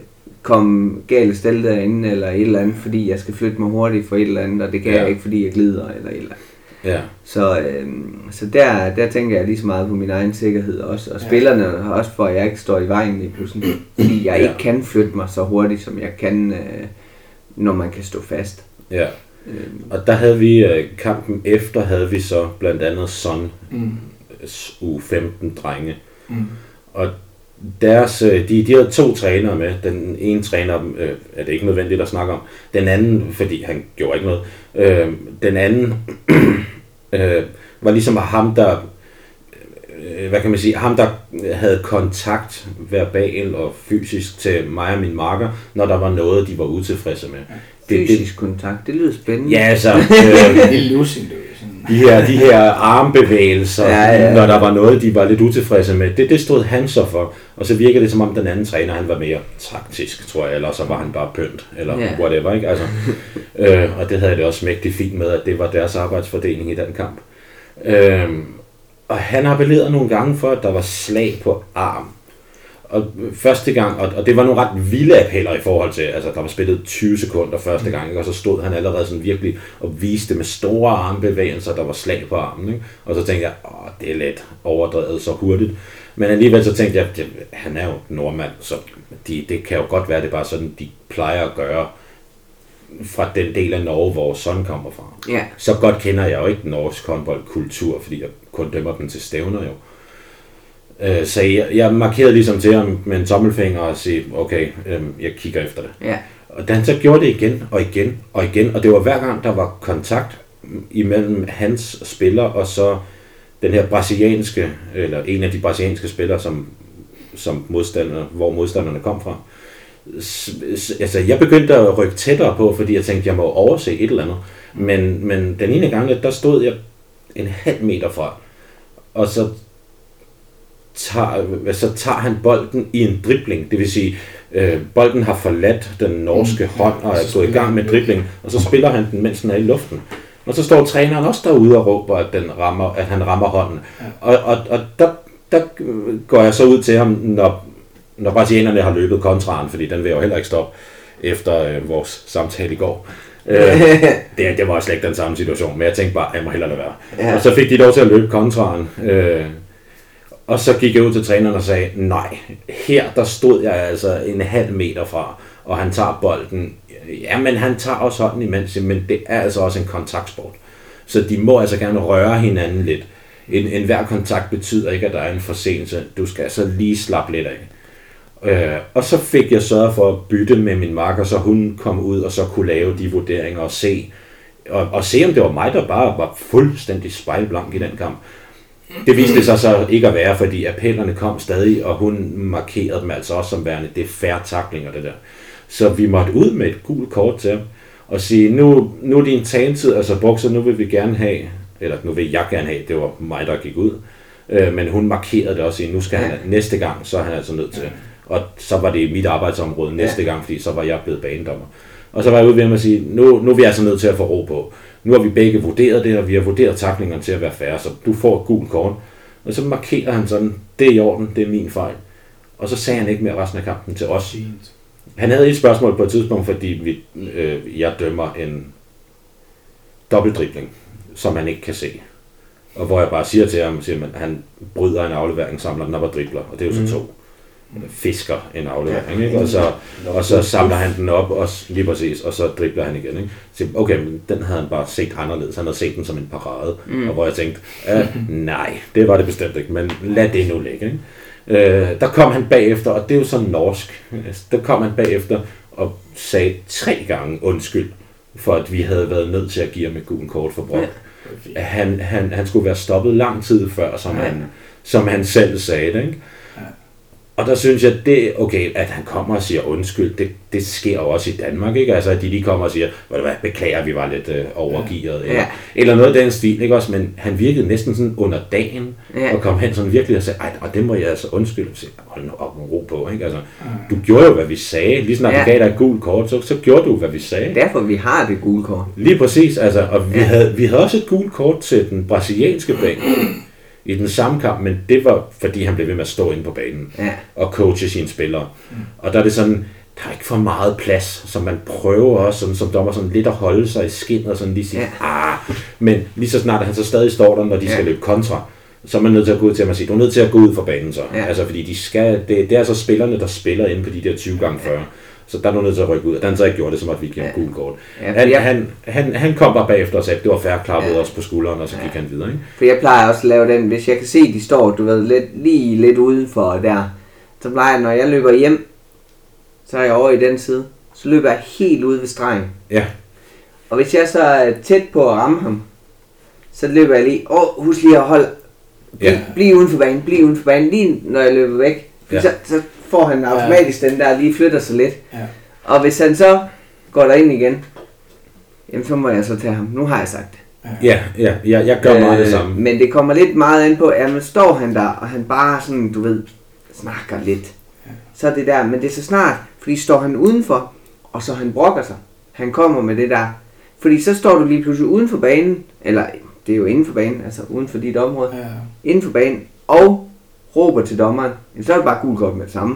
komme galt sted derinde, eller et eller andet, fordi jeg skal flytte mig hurtigt for et eller andet, og det kan ja. jeg ikke, fordi jeg glider, eller et eller andet. Ja. Så, øh, så der, der tænker jeg lige så meget på min egen sikkerhed også, og ja. spillerne også, for at jeg ikke står i vejen lige pludselig, fordi jeg ja. ikke kan flytte mig så hurtigt, som jeg kan, øh, når man kan stå fast. Ja, øhm. og der havde vi øh, kampen efter, havde vi så blandt andet Son, mm. U femten drenge, mm. og deres, de, de havde to trænere med. Den ene træner øh, er det ikke nødvendigt at snakke om. Den anden, fordi han gjorde ikke noget. Øh, den anden øh, var ligesom ham, der øh, hvad kan man sige, ham der havde kontakt verbal og fysisk til mig og min makker, når der var noget, de var utilfredse med. Det, fysisk det, kontakt, det lyder spændende. Ja, altså øh, de her, de her armbevægelser, ja, ja, ja. Når der var noget, de var lidt utilfredse med, det, det stod han så for. Og så virkede det som om den anden træner, han var mere taktisk, tror jeg, eller så var han bare pynt, eller ja. whatever, ikke? Altså, øh, og det havde det også mægtigt fint med, at det var deres arbejdsfordeling i den kamp. Øh, og han appellerede nogle gange for, at der var slag på arm. Og første gang, og, og det var nogle ret vilde appeller i forhold til, altså der var spillet tyve sekunder første gang, ikke? Og så stod han allerede sådan virkelig og viste med store armbevægelser, der var slag på armen, ikke? Og så tænkte jeg, åh, det er lidt overdrevet så hurtigt. Men alligevel så tænkte jeg, det, han er jo nordmand, så de, det kan jo godt være, det er bare sådan, de plejer at gøre fra den del af Norge, hvor Son kommer fra. Ja. Så godt kender jeg jo ikke norsk håndboldkultur, fordi jeg kun dømmer den til stævner jo. Så jeg, jeg markerede ligesom til ham med en tommelfinger og sige, okay, øhm, jeg kigger efter det. Ja. Og da han så gjorde det igen og igen og igen, og det var hver gang, der var kontakt imellem hans spiller og så den her brasilianske, eller en af de brasilianske spillere, som, som modstanderne, hvor modstanderne kom fra. Altså, jeg begyndte at rykke tættere på, fordi jeg tænkte, jeg må overse et eller andet. Men, men den ene gang, der stod jeg en halv meter fra, og så Tager, så tager han bolden i en dribling, det vil sige, øh, bolden har forladt den norske hånd og er gået i gang med dribling, og så spiller han den, mens den er i luften. Og så står træneren også derude og råber, at, den rammer, at han rammer hånden. Og, og, og der, der går jeg så ud til ham, når, når brasilianerne har løbet kontraen, fordi den vil jo heller ikke stoppe efter øh, vores samtale i går. øh, det, det var slet ikke den samme situation, men jeg tænkte bare, jeg må hellere lade være. Ja. Og så fik de lov til at løbe kontraen. Øh, Og så gik jeg ud til træneren og sagde, nej, her der stod jeg altså en halv meter fra, og han tager bolden. Ja, men han tager også hånden imens, men det er altså også en kontaktsport. Så de må altså gerne røre hinanden lidt. En, en hver kontakt betyder ikke, at der er en forseelse. Du skal altså lige slappe lidt af. Øh, og så fik jeg sørget for at bytte med min makker, så hun kom ud og så kunne lave de vurderinger og se, og, og se om det var mig, der bare var fuldstændig spejlblank i den kamp. Det viste sig så ikke at være, fordi appellerne kom stadig, og hun markerede dem altså også som værende, det er fair tacklinger det der. Så vi måtte ud med et gult kort til ham, og sige, nu, nu er din taletid altså brugt, så nu vil vi gerne have, eller nu vil jeg gerne have, det var mig, der gik ud, øh, men hun markerede det også i, nu skal han, næste gang, så er han altså nødt til, og så var det mit arbejdsområde næste gang, fordi så var jeg blevet banedommer. Og så var jeg ude ved ham at sige, nu, nu er vi altså nødt til at få ro på. Nu har vi begge vurderet det, og vi har vurderet taklingerne til at være færre, så du får et gult kort. Og så markerer han sådan, det er i orden, det er min fejl. Og så sagde han ikke mere resten af kampen til os. Han havde et spørgsmål på et tidspunkt, fordi vi, øh, jeg dømmer en dobbeltdribling, som han ikke kan se. Og hvor jeg bare siger til ham, siger man, han bryder en aflevering, samler den op og dribler, og det er jo så to. Fisker en aflevering, ikke? Og, så, og så samler han den op, og lige præcis, og så dribler han igen. Ikke? Så, okay, men den havde han bare set anderledes. Han havde set den som en parade, mm. og hvor jeg tænkte, nej, det var det bestemt ikke, men lad det nu ligge. Ikke? Øh, der kom han bagefter, og det er jo så norsk, der kom han bagefter og sagde tre gange undskyld, for at vi havde været nødt til at give ham et gult kort for brok. Ja. Han, han, han skulle være stoppet lang tid før, som, ja. han, som han selv sagde det, ikke? Og der synes jeg, det okay, at han kommer og siger undskyld, det, det sker jo også i Danmark, ikke? Altså, at de lige kommer og siger, hvad, beklager, vi var lidt øh, overgearet, eller, ja. eller noget af den stil, ikke også? Men han virkede næsten sådan under dagen, ja. og kom hen sådan virkelig og sagde, ej, og det må jeg altså undskylde, og sige, hold nu op med ro på, ikke? Altså, du gjorde jo, hvad vi sagde, lige snart ja. vi gav dig et gult kort, så, så gjorde du, hvad vi sagde. Derfor vi har det gule kort. Lige præcis, altså, og vi, ja. havde, vi havde også et gult kort til den brasilianske bane, i den samme kamp, men det var, fordi han blev ved med at stå inde på banen ja. og coache sine spillere. Mm. Og der er det sådan, har ikke for meget plads, så man prøver også, sådan, som dommer, sådan lidt at holde sig i skindet, og sådan lige sige, ja. ah, men lige så snart han så stadig står der, når de ja. skal løbe kontra, så er man nødt til at gå ud til at sige, du er nødt til at gå ud fra banen så, ja. altså fordi de skal, det, det er så spillerne, der spiller inde på de der tyve gange fyrre, så der er du nødt til at rykke ud, og den så ikke gjorde det, som at vi giver en gul kort. Ja, han, jeg... han, han, han kom bare bagefter og sagde, det var fair, klappede ja. os på skulderen, og så gik ja. han videre, ikke? For jeg plejer også at lave den, hvis jeg kan se, de står, du ved, lidt, lige lidt udenfor der, så plejer jeg, når jeg løber hjem, så er jeg over i den side, så løber jeg helt ude ved stregen. Ja. Og hvis jeg så er tæt på at ramme ham, så løber jeg lige, åh, oh, husk lige at holde, bliv, ja. bliv uden for banen, bliv uden for banen, lige når jeg løber væk. Ja. Så, så får han automatisk ja. den der, lige flytter sig lidt. Ja. Og hvis han så går derind igen, jamen så må jeg så tage ham. Nu har jeg sagt det. Ja, ja, ja jeg gør meget øh, det samme. Men det kommer lidt meget an på, jamen står han der, og han bare sådan, du ved, snakker lidt. Ja. Så er det der, men det er så snart, fordi står han udenfor, og så han brokker sig. Han kommer med det der. Fordi så står du lige pludselig uden for banen, eller det er jo inden for banen, altså uden for dit område, ja. inden for banen, og råber til dommeren, så er det bare gul kort med det samme.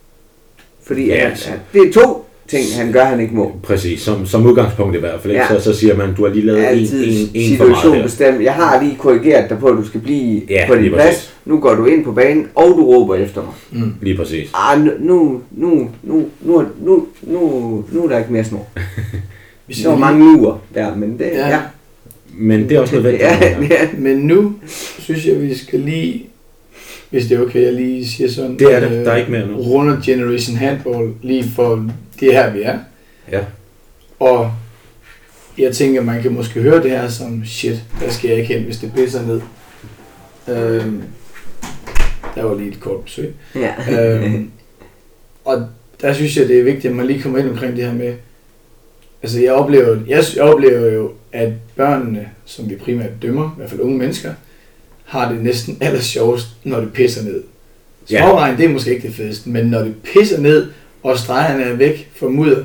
Fordi ja, altså. at, det er to ting, han gør, han ikke må. Præcis, som, som udgangspunkt i hvert fald. Ja. Så, så siger man, du har lige lavet en, en, en for meget bestemt. Jeg har lige korrigeret dig på, at du skal blive ja, på din plads. Præcis. Nu går du ind på banen, og du råber efter mig. Mm. Lige præcis. Ah, nu, nu, nu, nu, nu, nu, nu, nu er der ikke mere snor. Vi så mange lurer der, men det ja. ja. Men det er også nødvendigt. ja, ja. Men nu synes jeg, vi skal lige, hvis det er okay, jeg lige siger sådan, det er det. Der er ikke mere nu. Runder Generation Handball lige for det her, vi er. Ja. Og jeg tænker, man kan måske høre det her som, shit, der skal jeg ikke hen, hvis det pisser ned. Øhm, der var lige et kort besøg. Ja. øhm, og der synes jeg, det er vigtigt, at man lige kommer ind omkring det her med, altså jeg oplever, jeg, jeg oplever jo, at børnene, som vi primært dømmer, i hvert fald unge mennesker, har det næsten aller sjovest, når det pisser ned. Småregn, ja. det er måske ikke det fedeste, men når det pisser ned, og stregerne er væk fra mudder,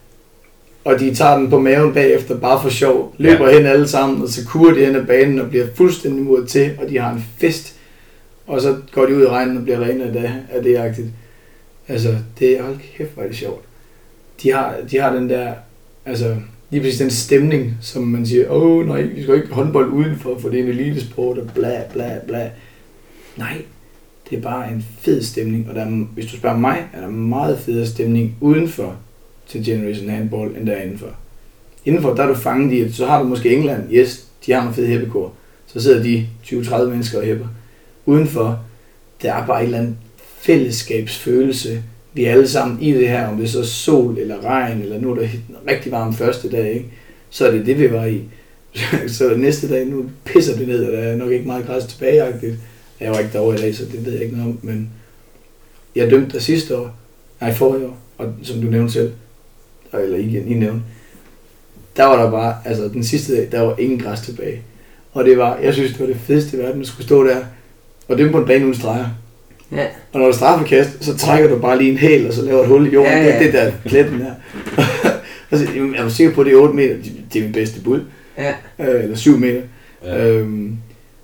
og de tager den på maven bagefter bare for sjov, løber ja. hen alle sammen, og så kurer de hen ad banen og bliver fuldstændig muret til, og de har en fest, og så går de ud i regnen og bliver rene af det, af det agtigt. Altså, det er, hold kæft, hvor er det sjovt. De har, de har den der, altså, lige præcis den stemning, som man siger, åh oh, nej, vi skal ikke håndbold udenfor, for det er en elitesport, og bla bla bla. Nej, det er bare en fed stemning, og der er, hvis du spørger mig, er der meget federe stemning udenfor til Generation Handball, end der er indenfor. Indenfor, der er du fanget i, at så har du måske England, yes, de har nogle fede hæppekor, så sidder de tyve til tredive mennesker og hæpper. Udenfor, der er bare et eller andet fællesskabsfølelse, vi er alle sammen i det her, om det er så sol eller regn, eller nu er der rigtig varm første dag, ikke? Så er det det, vi var i. Så næste dag, nu pisser det ned, og der er nok ikke meget græs tilbageagtigt. Jeg var ikke derovre i dag, så det ved jeg ikke noget om, men jeg dømte der sidste år, nej forrige år, og som du nævnte selv, eller I, I nævnte, der var der bare, altså den sidste dag, der var ingen græs tilbage. Og det var, jeg synes, det var det fedeste i verden, at skulle stå der og dømme på en bane uden streger. Ja. Og når du straffekast, så trækker du bare lige en hæl, og så laver et hul i jorden. Ja, ja. Det er det der pletten her. Altså, jeg er sikker på, at det er otte meter. Det er min bedste bud. Ja. Øh, eller syv meter. Ja. Øhm,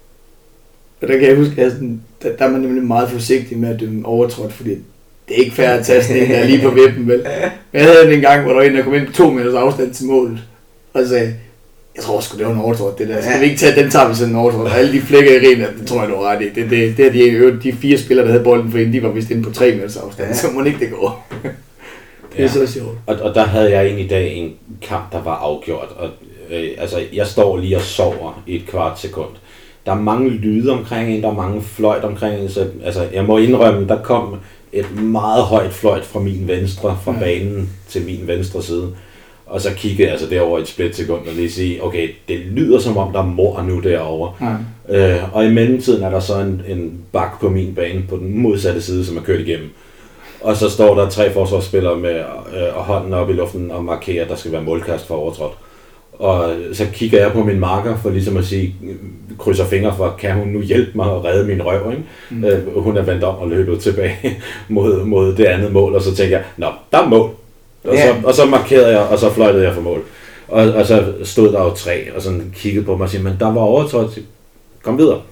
og der kan jeg huske, at sådan, der, der er man nemlig meget forsigtig med at dømme overtrådt, fordi det er ikke fair at tage sådan en der lige på vippen, vel? Men jeg havde en gang, hvor der var en, der kom ind på to meters afstand til målet, og sagde, jeg tror sgu, det var en overtrådt, det der. Skal vi ikke tage, den tager vi sådan en overtrådt. Og alle de flækker i ren, det tror jeg, du var ret i. Det, det, det er de, de fire spillere, der havde bolden for en, de var vist inde på tre meters afstand, ja. Så må ikke det gå. Det er ja. så sjovt. Og, og der havde jeg en i dag en kamp, der var afgjort. Og, øh, altså, jeg står lige og sover i et kvart sekund. Der er mange lyde omkring en, der er mange fløjt omkring en. Så, altså, jeg må indrømme, der kom et meget højt fløjt fra min venstre, fra ja. banen til min venstre side. Og så kiggede jeg altså derover et splitsekund og lige sige, okay, det lyder som om, der er mor nu derovre. Ja. Øh, og i mellemtiden er der så en, en bak på min bane på den modsatte side, som er kørt igennem. Og så står der tre forsvarsspillere med øh, hånden op i luften og markerer, at der skal være målkast for overtrådt. Og så kigger jeg på min marker for ligesom at sige, krydser fingre for, kan hun nu hjælpe mig at redde min røv, ikke? Mm. Øh, hun er vendt om og løbet tilbage mod, mod det andet mål, og så tænker jeg, nå, der er mål. Og, yeah. så, og så markerede jeg, og så fløjtede jeg for mål. Og, og så stod der jo tre, og sådan kiggede på mig og sagde, men der var overtrådt, kom videre.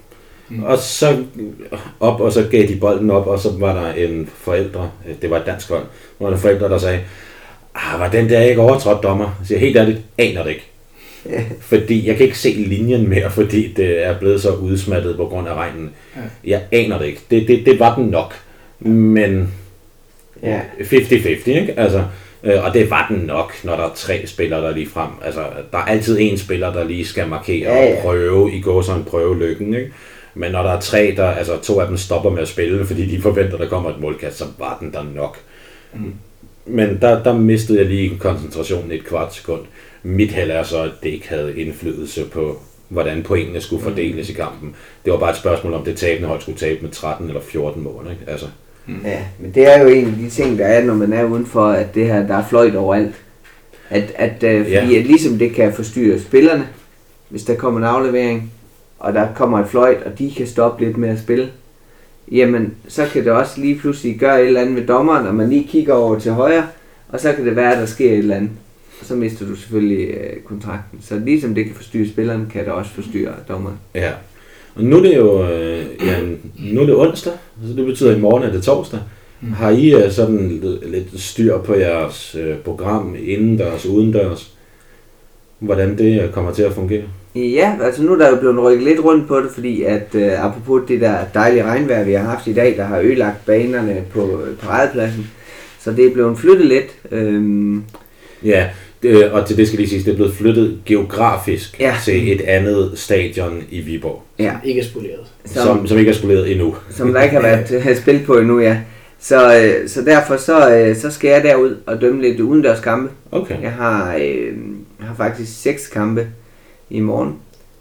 Mm. Og så op, og så gav de bolden op, og så var der en forældre, det var et dansk hold, hvor der var en forældre, der sagde, ah, var den der ikke overtrådt, dommer? Så jeg helt ærligt, aner det ikke. Yeah. Fordi jeg kan ikke se linjen mere, fordi det er blevet så udsmattet på grund af regnen. Yeah. Jeg aner det ikke. Det, det, det var den nok. Men yeah. halvtreds halvtreds, ikke? Altså, øh, og det var den nok, når der er tre spillere, der er lige frem. Altså, der er altid en spiller, der lige skal markere yeah, yeah. og prøve, i går sådan prøve lykken, ikke? Men når der er tre, der, altså to af dem stopper med at spille, fordi de forventer, der kommer et målkast, så var den der nok. Mm. Men der, der mistede jeg lige koncentrationen et kvart sekund. Mit held er så, at det ikke havde indflydelse på, hvordan pointene skulle fordeles mm. i kampen. Det var bare et spørgsmål, om det tabende hold skulle tabe med tretten eller fjorten mål, ikke? Altså. Mm. Ja, men det er jo en af de ting, der er, når man er udenfor, at det her, der er fløjt overalt. At, at, øh, fordi ja. at ligesom det kan forstyrre spillerne, hvis der kommer en aflevering, og der kommer et fløjt, og de kan stoppe lidt med at spille, jamen, så kan det også lige pludselig gøre et eller andet med dommeren, og man lige kigger over til højre, og så kan det være, at der sker et eller andet. Og så mister du selvfølgelig øh, kontrakten. Så ligesom det kan forstyrre spilleren, kan det også forstyrre dommeren. Ja, og nu er det jo øh, ja, nu er det onsdag, så det betyder, at i morgen er det torsdag. Mm. Har I øh, sådan lidt styr på jeres øh, program, indendørs, udendørs? Hvordan det kommer til at fungere? Ja, altså nu er der jo blevet rykket lidt rundt på det, fordi at øh, apropos det der dejlige regnvejr, vi har haft i dag, der har ødelagt banerne på paradepladsen, så det er blevet flyttet lidt. Øhm. Ja, det, og til det skal lige sige, det er blevet flyttet geografisk ja. til et andet stadion i Viborg. Ja, ikke er spoleret. Som, som, som ikke er spoleret endnu. Som der ikke har været spil på endnu, ja. Så, øh, så derfor så, øh, så skal jeg derud og dømme lidt udendørs kampe. Okay. Jeg har, øh, jeg har faktisk seks kampe i morgen,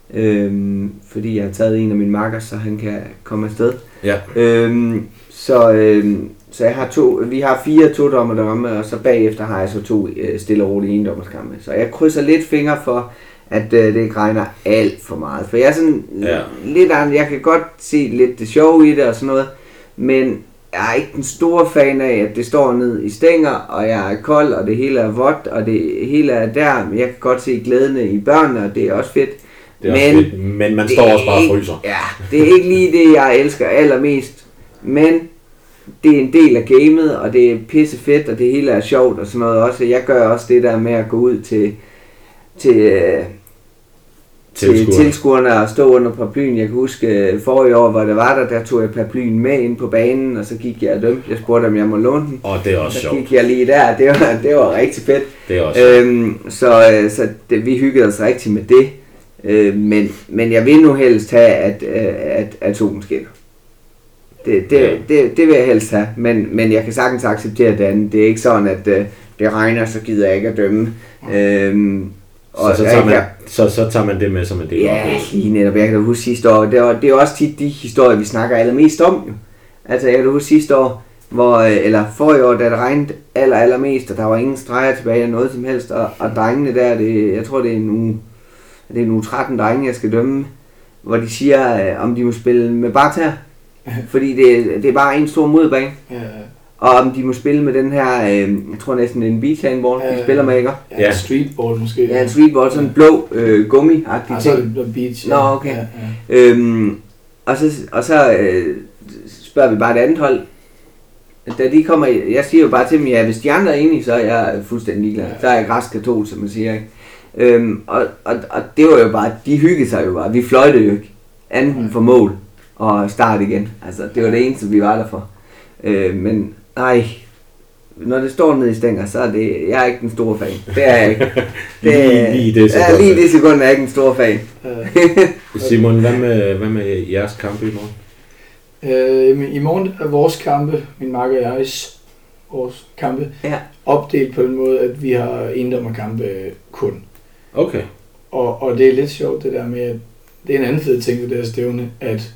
øhm, fordi jeg har taget en af mine makkers, så han kan komme afsted. Ja. Øhm, så, øhm, så jeg har to, vi har fire to-dommer deromme, og så bagefter har jeg så to øh, stille og rolige endommerskampe. Så jeg krydser lidt fingre for, at øh, det ikke regner alt for meget. For jeg er sådan ja. lidt andet, jeg kan godt se lidt det sjove i det og sådan noget, men jeg er ikke den store fan af, at det står ned i stænger, og jeg er kold, og det hele er vådt, og det hele er der. Men jeg kan godt se glædene i børnene, og det er også fedt. Det er men, også fedt, men man står også bare og fryser. Ja, det er ikke lige det, jeg elsker allermest. Men det er en del af gamet, og det er pisse fedt, og det hele er sjovt og sådan noget også. Jeg gør også det der med at gå ud til... til til tilskuerne og stå under paraplyen. Jeg kan huske forrige år, hvor det var der, der tog jeg paraplyen med ind på banen, og så gik jeg og dømte. Jeg spurgte, om jeg må låne den. Og det er også så sjovt. Så gik jeg lige der. Det var, det var rigtig fedt. Det er også øhm, så så det, vi hyggede os rigtig med det. Øh, men, men jeg vil nu helst have, at, at, at solen skinner. Det, det, ja. det, det vil jeg helst have. Men, men jeg kan sagtens acceptere det andet. Det er ikke sådan, at uh, det regner, så gider jeg ikke at dømme. Øhm, Og så, så, tager man, jeg, så, så tager man det med som en del. Ja, lige netop. Jeg kan da huske sidste år. Det er, det er også tit de historier, vi snakker allermest om. Jo. Altså, jeg kan da huske sidste år, hvor, eller forrige år, da det regnede aller, allermest, og der var ingen streger tilbage eller noget som helst. Og, og drengene der, det, jeg tror, det er en uge, det er en uge tretten drenge, jeg skal dømme, hvor de siger, om de må spille med barter. Fordi det, det er bare en stor modbane. Ja. Og om de må spille med den her, øh, jeg tror næsten en beach handball, de spiller med, ikke? Ja, en streetball måske. Ja, en streetball, sådan en blå øh, gummi-agtig ting. Ja, så beach. Nå, okay. Ja, ja. Øhm, og så, og så øh, spørger vi bare et andet hold. Da de kommer, jeg siger jo bare til dem, ja, hvis de andre er enige, så er jeg fuldstændig ligeglad. Ja. Så er jeg græsk katol, som man siger, ikke? Øhm, og, og, og det var jo bare, de hyggede sig jo bare. Vi fløjtede jo ikke. Anden for mål og start igen. Altså, det var det eneste, vi var der for. Øh, men nej, når det står nede i stænger, så er det, jeg er ikke den store fan. Det er jeg ikke. Det, lige, lige det sekund. Ja, lige det sekund er jeg ikke den store fan. Simon, hvad med, hvad med jeres kampe i morgen? Øh, I morgen er vores kampe, min makker og jegs, vores kampe, ja. opdelt på den måde, at vi har endommerkampe kun. Okay. Og, og det er lidt sjovt det der med, at det er en anden fed ting ved det her stævne, at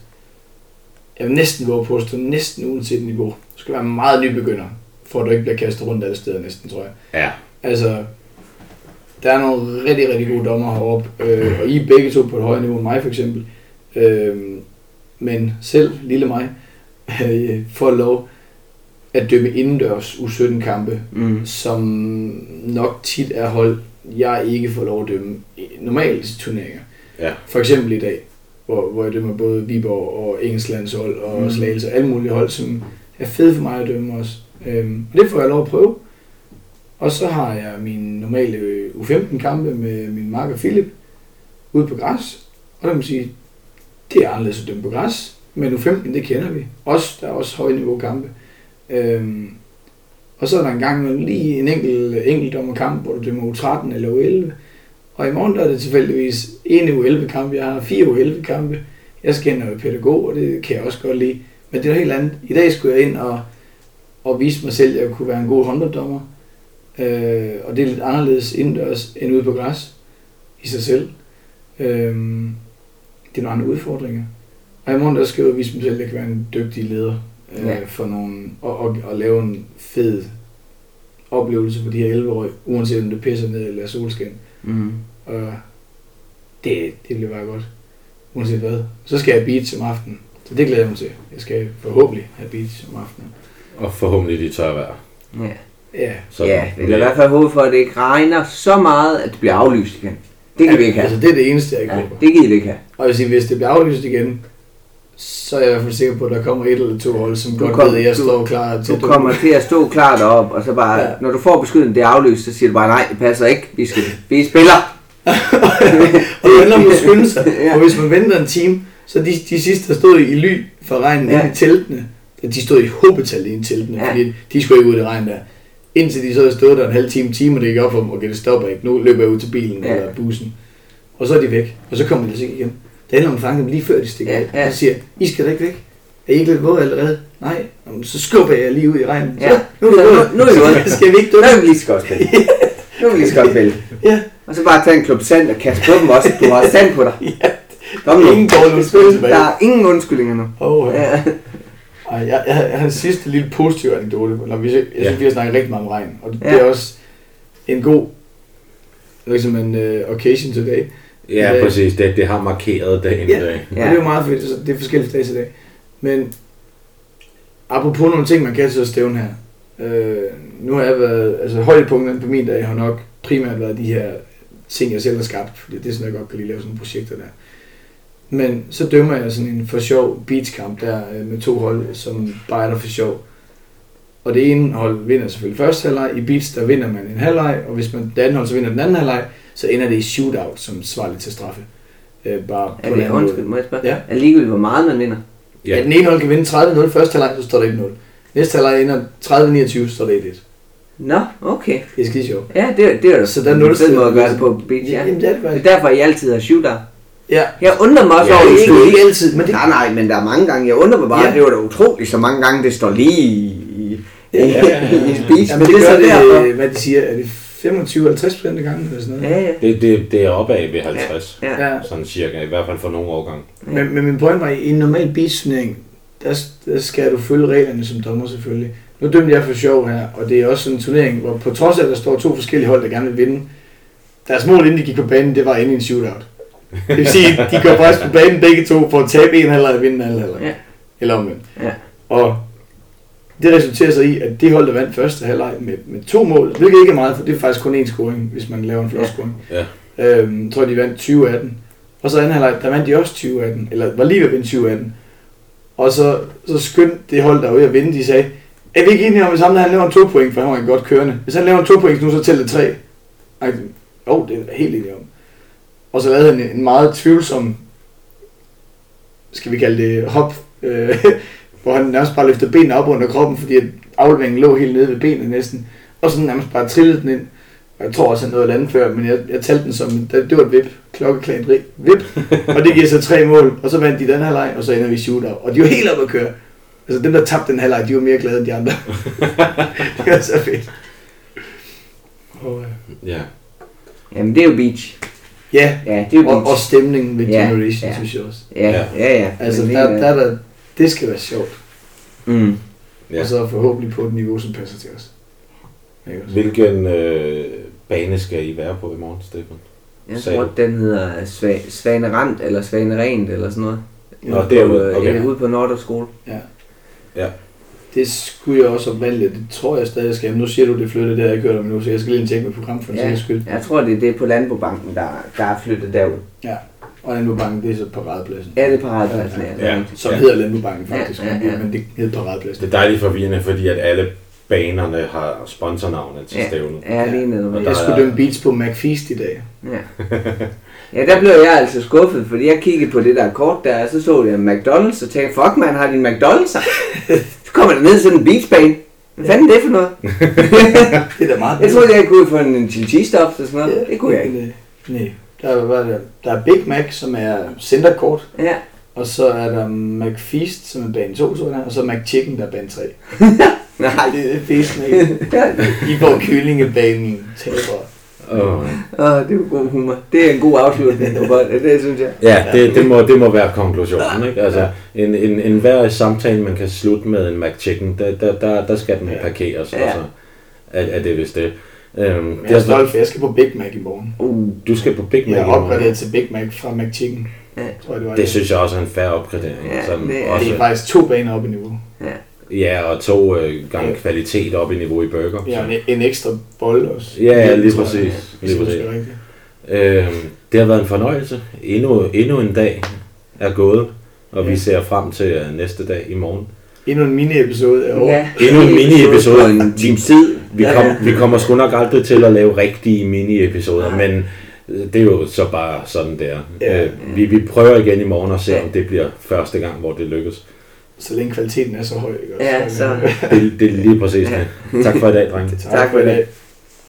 jeg vil næsten våge på at stå næsten uanset niveau. Du skal være meget nybegynder, for at du ikke bliver kastet rundt alle steder næsten, tror jeg. Ja. Altså, der er nogle rigtig, rigtig gode dommer heroppe, øh, og I er begge to på et højere niveau end mig for eksempel. Øh, men selv, lille mig, øh, får lov at dømme indendørs U sytten kampe, mm. som nok tit er hold, jeg ikke får lov at dømme i normale turneringer. Ja. For eksempel i dag, hvor, hvor jeg dømmer både Viborg og Engelslandshold og Mm. Slagelse og alle mulige hold, som er fede for mig at dømme også. Øhm, og det får jeg lov at prøve. Og så har jeg min normale U femten kampe med min makker Philip ude på græs. Og der må man sige, det er anderledes at dømme på græs, men U femten, det kender vi. Også, der er også højniveau kampe. Øhm, og så er der en gang lige en enkelt enkeltdommerkamp, hvor du dømmer U tretten eller U elleve. Og i morgen der er det tilfældigvis en U elleve kamp. Jeg har fire U elleve kampe. Jeg skal ind og være pædagog, og det kan jeg også godt lide. Men det er noget helt andet. I dag skulle jeg ind og, og vise mig selv, at jeg kunne være en god håndbolddommer. Øh, og det er lidt anderledes indendørs end ude på græs i sig selv. Øh, det er nogle andre udfordringer. Og i morgen der skal jeg vise mig selv, at jeg kan være en dygtig leder øh, Ja. for nogle, og, og, og lave en fed oplevelse for de her elleve-årige, uanset om det pisser ned eller er solskin. Mm. Og det, det bliver bare godt, uanset hvad. Så skal jeg beach om aftenen, så det glæder jeg mig til. Jeg skal forhåbentlig have beach om aftenen. Og forhåbentlig de tør vejr. Ja. Ja, Så Ja, vi kan i hvert fald håbe for, at det ikke regner så meget, at det bliver aflyst igen. Det kan vi ikke have. altså det er det eneste, jeg ikke Ja, håber. det gider vi ikke have. Og jeg vil sige, hvis det bliver aflyst igen, så er jeg i hvert fald sikker på, at der kommer et eller to hold, som Du godt kom- ved, at jeg du- står klar til Du kommer til at stå klar derop, og så bare, Ja. når du får beskeden, det er aflyst, så siger du bare, nej, det passer ikke, vi skal, vi spiller. Og det handler om at skynde sig. Ja. Og hvis man venter en time, så de, de sidste, der stod i ly for regnen Ja. ja. inde i teltene, de stod i hobetal inde i teltene, Ja. ja. fordi de skulle ikke ud i det regn der. Indtil de så havde stået der en halv time, time, og det gik op for dem, okay, det stopper ikke. Nu løber jeg ud til bilen Ja. eller bussen. Og så er de væk, og så kommer de altså ikke igen. Det handler om at fange dem lige før de stikker Ja, af. ja. Og så siger, I skal da ikke væk. Er I ikke lidt våde allerede? Nej. Jamen, så skubber jeg lige ud i regnen. Ja. Så, nu er Så vi nu- våde. nu er vi våde. Så skal vi ikke Nu dumme. er vi lige så godt spille. Nu er vi lige så godt spille. Ja. Og så bare tage en klub sand og kaste på dem også. Du har sand på dig. Ja. Kom nu. Ingen dårlig undskyldning tilbage. Der er ingen undskyldninger nu. Oh, ja. Ja. Ej, jeg, jeg, jeg har en sidste lille positiv anekdote. Når vi, jeg synes, Ja. vi har snakket rigtig meget om regn. Og det, Ja. det er også en god ligesom en uh, occasion today. Ja, Ja. præcis. Det, det har markeret dagen i Ja. dag. Ja. Og det er jo meget fedt, så det er forskellige dage til dag. Men apropos nogle ting, man kan til at stævne her. Øh, nu har jeg været, altså højdepunkterne på min dag har nok primært været de her ting, jeg selv har skabt. Fordi det er sådan, jeg godt kan lide at lave sådan nogle projekter der. Men så dømmer jeg sådan en for sjov beachkamp der øh, med to hold, som bare er der for sjov. Og det ene hold vinder selvfølgelig første halvleg. I beach, der vinder man en halvleg, og hvis man det andet hold så vinder den anden halvleg, så ender det i shootout, som svarer lidt til straffe. Øh, bare Er på en det anden måde. undskyld, må jeg spørge? Ja. Er det ligegyldigt, hvor meget man vinder? Ja. Ja, den ene hold kan vinde tredive nul første halvleg, så står der et nul. Næste halvleg ender tredive niogtyve, så står der et et. Nå, okay. Det er skide sjovt. Ja, det, det er da Så der er en nul fed måde at gøre sted. det på beach, ja. Jamen det er det Det er faktisk. derfor, I altid har shooter. Ja. Jeg undrer mig også Ja, over, det at er det ikke, stod ikke lige... altid, men det, Nej, nej, men der er mange gange. Jeg undrer mig bare, Ja. at det var da utroligt, så mange gange det står lige i, i, Ja, ja, ja, ja. i beach. jamen, Men det, det er gør så derfor. det, hvad de siger, er det femogtyve til halvtreds procent af gangen eller sådan noget? Ja, ja. Det, det, det er opad ved halvtreds. Ja. Ja. Sådan cirka, i hvert fald for nogle årgange. Men, men min point var, i en normal beach-turnering, der, der skal du følge reglerne som dommer selvfølgelig. Nu dømte jeg for sjov her, og det er også sådan en turnering, hvor på trods af, at der står to forskellige hold, der gerne vil vinde, deres mål, inden de gik på banen, det var inde i en shootout. Det vil sige, de går faktisk på banen begge to for at tabe en halvleg og vinde en anden halvleg. Ja. Eller omvendt. Ja. Og det resulterer så i, at det hold, der vandt første halvleg med, med to mål, hvilket ikke er meget, for det er faktisk kun én scoring, hvis man laver en flot scoring. Ja. Øhm, jeg tror, de vandt tyve atten. Og så anden halvleg, der vandt de også tyve atten, eller var lige ved at vinde tyve atten. Og så, så skyndte det hold, der var ude at vinde, de sagde, er vi ikke enige om, hvis ham der, han laver en to point, for han var en godt kørende. Hvis han laver en to point nu, så tæller det tre. Åh, oh, det er jeg helt enig om. Og så lavede han en meget tvivlsom, skal vi kalde det hop, øh, hvor han nærmest bare løftede benene op under kroppen, fordi at afleveringen lå helt nede ved benene næsten. Og så nærmest bare trillede den ind. Og jeg tror også, han nåede at lande før, men jeg, jeg talte den som, det var et vip, klokkeklart vip. Og det giver så tre mål, og så vandt de den her leg, og så ender vi shootout. Og de var helt oppe at køre. Altså dem, der tabte den her leg, de var mere glade end de andre. Det var så fedt. Og, øh, Ja. Jamen, det er jo beach. ja, Ja, det er jo og, og beach. stemningen ved Ja, Generation, ja. synes jeg også. Ja, ja, ja. Altså, Men der, det der, er- der, det skal være sjovt. Mm. Ja. Og så forhåbentlig på et niveau, som passer til os. Ikke også? Hvilken øh, bane skal I være på i morgen, Stefan? Jeg Sagde tror, den hedder Sva- Svanerand eller Svanerent eller sådan noget. Nå, derude. Okay. Okay. Ude på Nordre Skole. Ja. Ja. Det skulle jeg også oprindeligt. Det tror jeg stadig, jeg skal. Nu siger du, det flyttede, det har jeg ikke hørt om endnu, så jeg skal lige tjekke med program for en Ja, sikkerheds skyld. jeg tror, det er det på Landbobanken, der, der er flyttet derud. Ja. Og Landbobanken, det er så paradepladsen. Ja, det er paradepladsen, ja. Ja. Som Ja. hedder Landbobanken faktisk, Ja, ja, ja. men det hedder paradepladsen. Det er dejligt forvirrende, fordi at alle banerne har sponsornavne til Ja. stævnet. Ja, lige nede. Og Jeg skulle dømme beats på McFeast i dag. Ja. Ja, der blev jeg altså skuffet, fordi jeg kiggede på det der kort der, og så så jeg McDonald's, og tænkte, fuck man, har din McDonald's her? Så kommer der ned sådan en beachbane. Hvad fanden er det for noget? Det er da meget. Jeg troede, jeg kunne få en chili cheese stops og sådan noget. Det kunne jeg ikke. Nej, der er, hvad er det? Der er Big Mac, som er centerkort, Ja. og så er der McFeast, som er bane to, sådan her, og så McChicken, der er bane tre. Nej. Det er festen, ikke? I får kyllingebanen taber. Oh. Åh, det er jo god humor. Det er en god afslutning på bolden, det synes jeg. Ja, det, det, må, det må være konklusionen, ikke? Altså, en, en, en hver samtale, man kan slutte med en McChicken, der, der, der, der skal den Ja. parkeres, Ja. altså. Er, er det vist det? Øhm, Men jeg er stolt, for jeg skal på Big Mac i morgen. Uh, Du skal på Big Mac Jeg i er morgen. opgraderet til Big Mac fra McChicken. Ja. Tror jeg, det var Det synes jeg også er en fair opgradering. Ja, Sådan det er- også, Det er faktisk to baner op i niveau. ja, og to øh, gange Ja. kvalitet op i niveau i burger. Vi har så. en, en ekstra bold også. Ja, ja, lige tror jeg, præcis. hvis Lige jeg præcis. husker rigtigt. Øhm, det har været en fornøjelse. Endnu, endnu en dag er gået, og vi Ja. ser frem til uh, næste dag i morgen. Endnu en mini-episode af år. ja. Endnu en mini-episode. På en times tid. Vi, Ja, kom, ja. vi kommer sgu nok aldrig til at lave rigtige mini-episoder, men øh, det er jo så bare sådan der. Ja. Øh, vi, vi prøver igen i morgen og ser, Ja. om det bliver første gang, hvor det lykkes. Så længe kvaliteten er så høj. Ikke? Ja, så- Det, det er lige præcis Ja. det. Tak for i dag, drenge. Tak for i dag.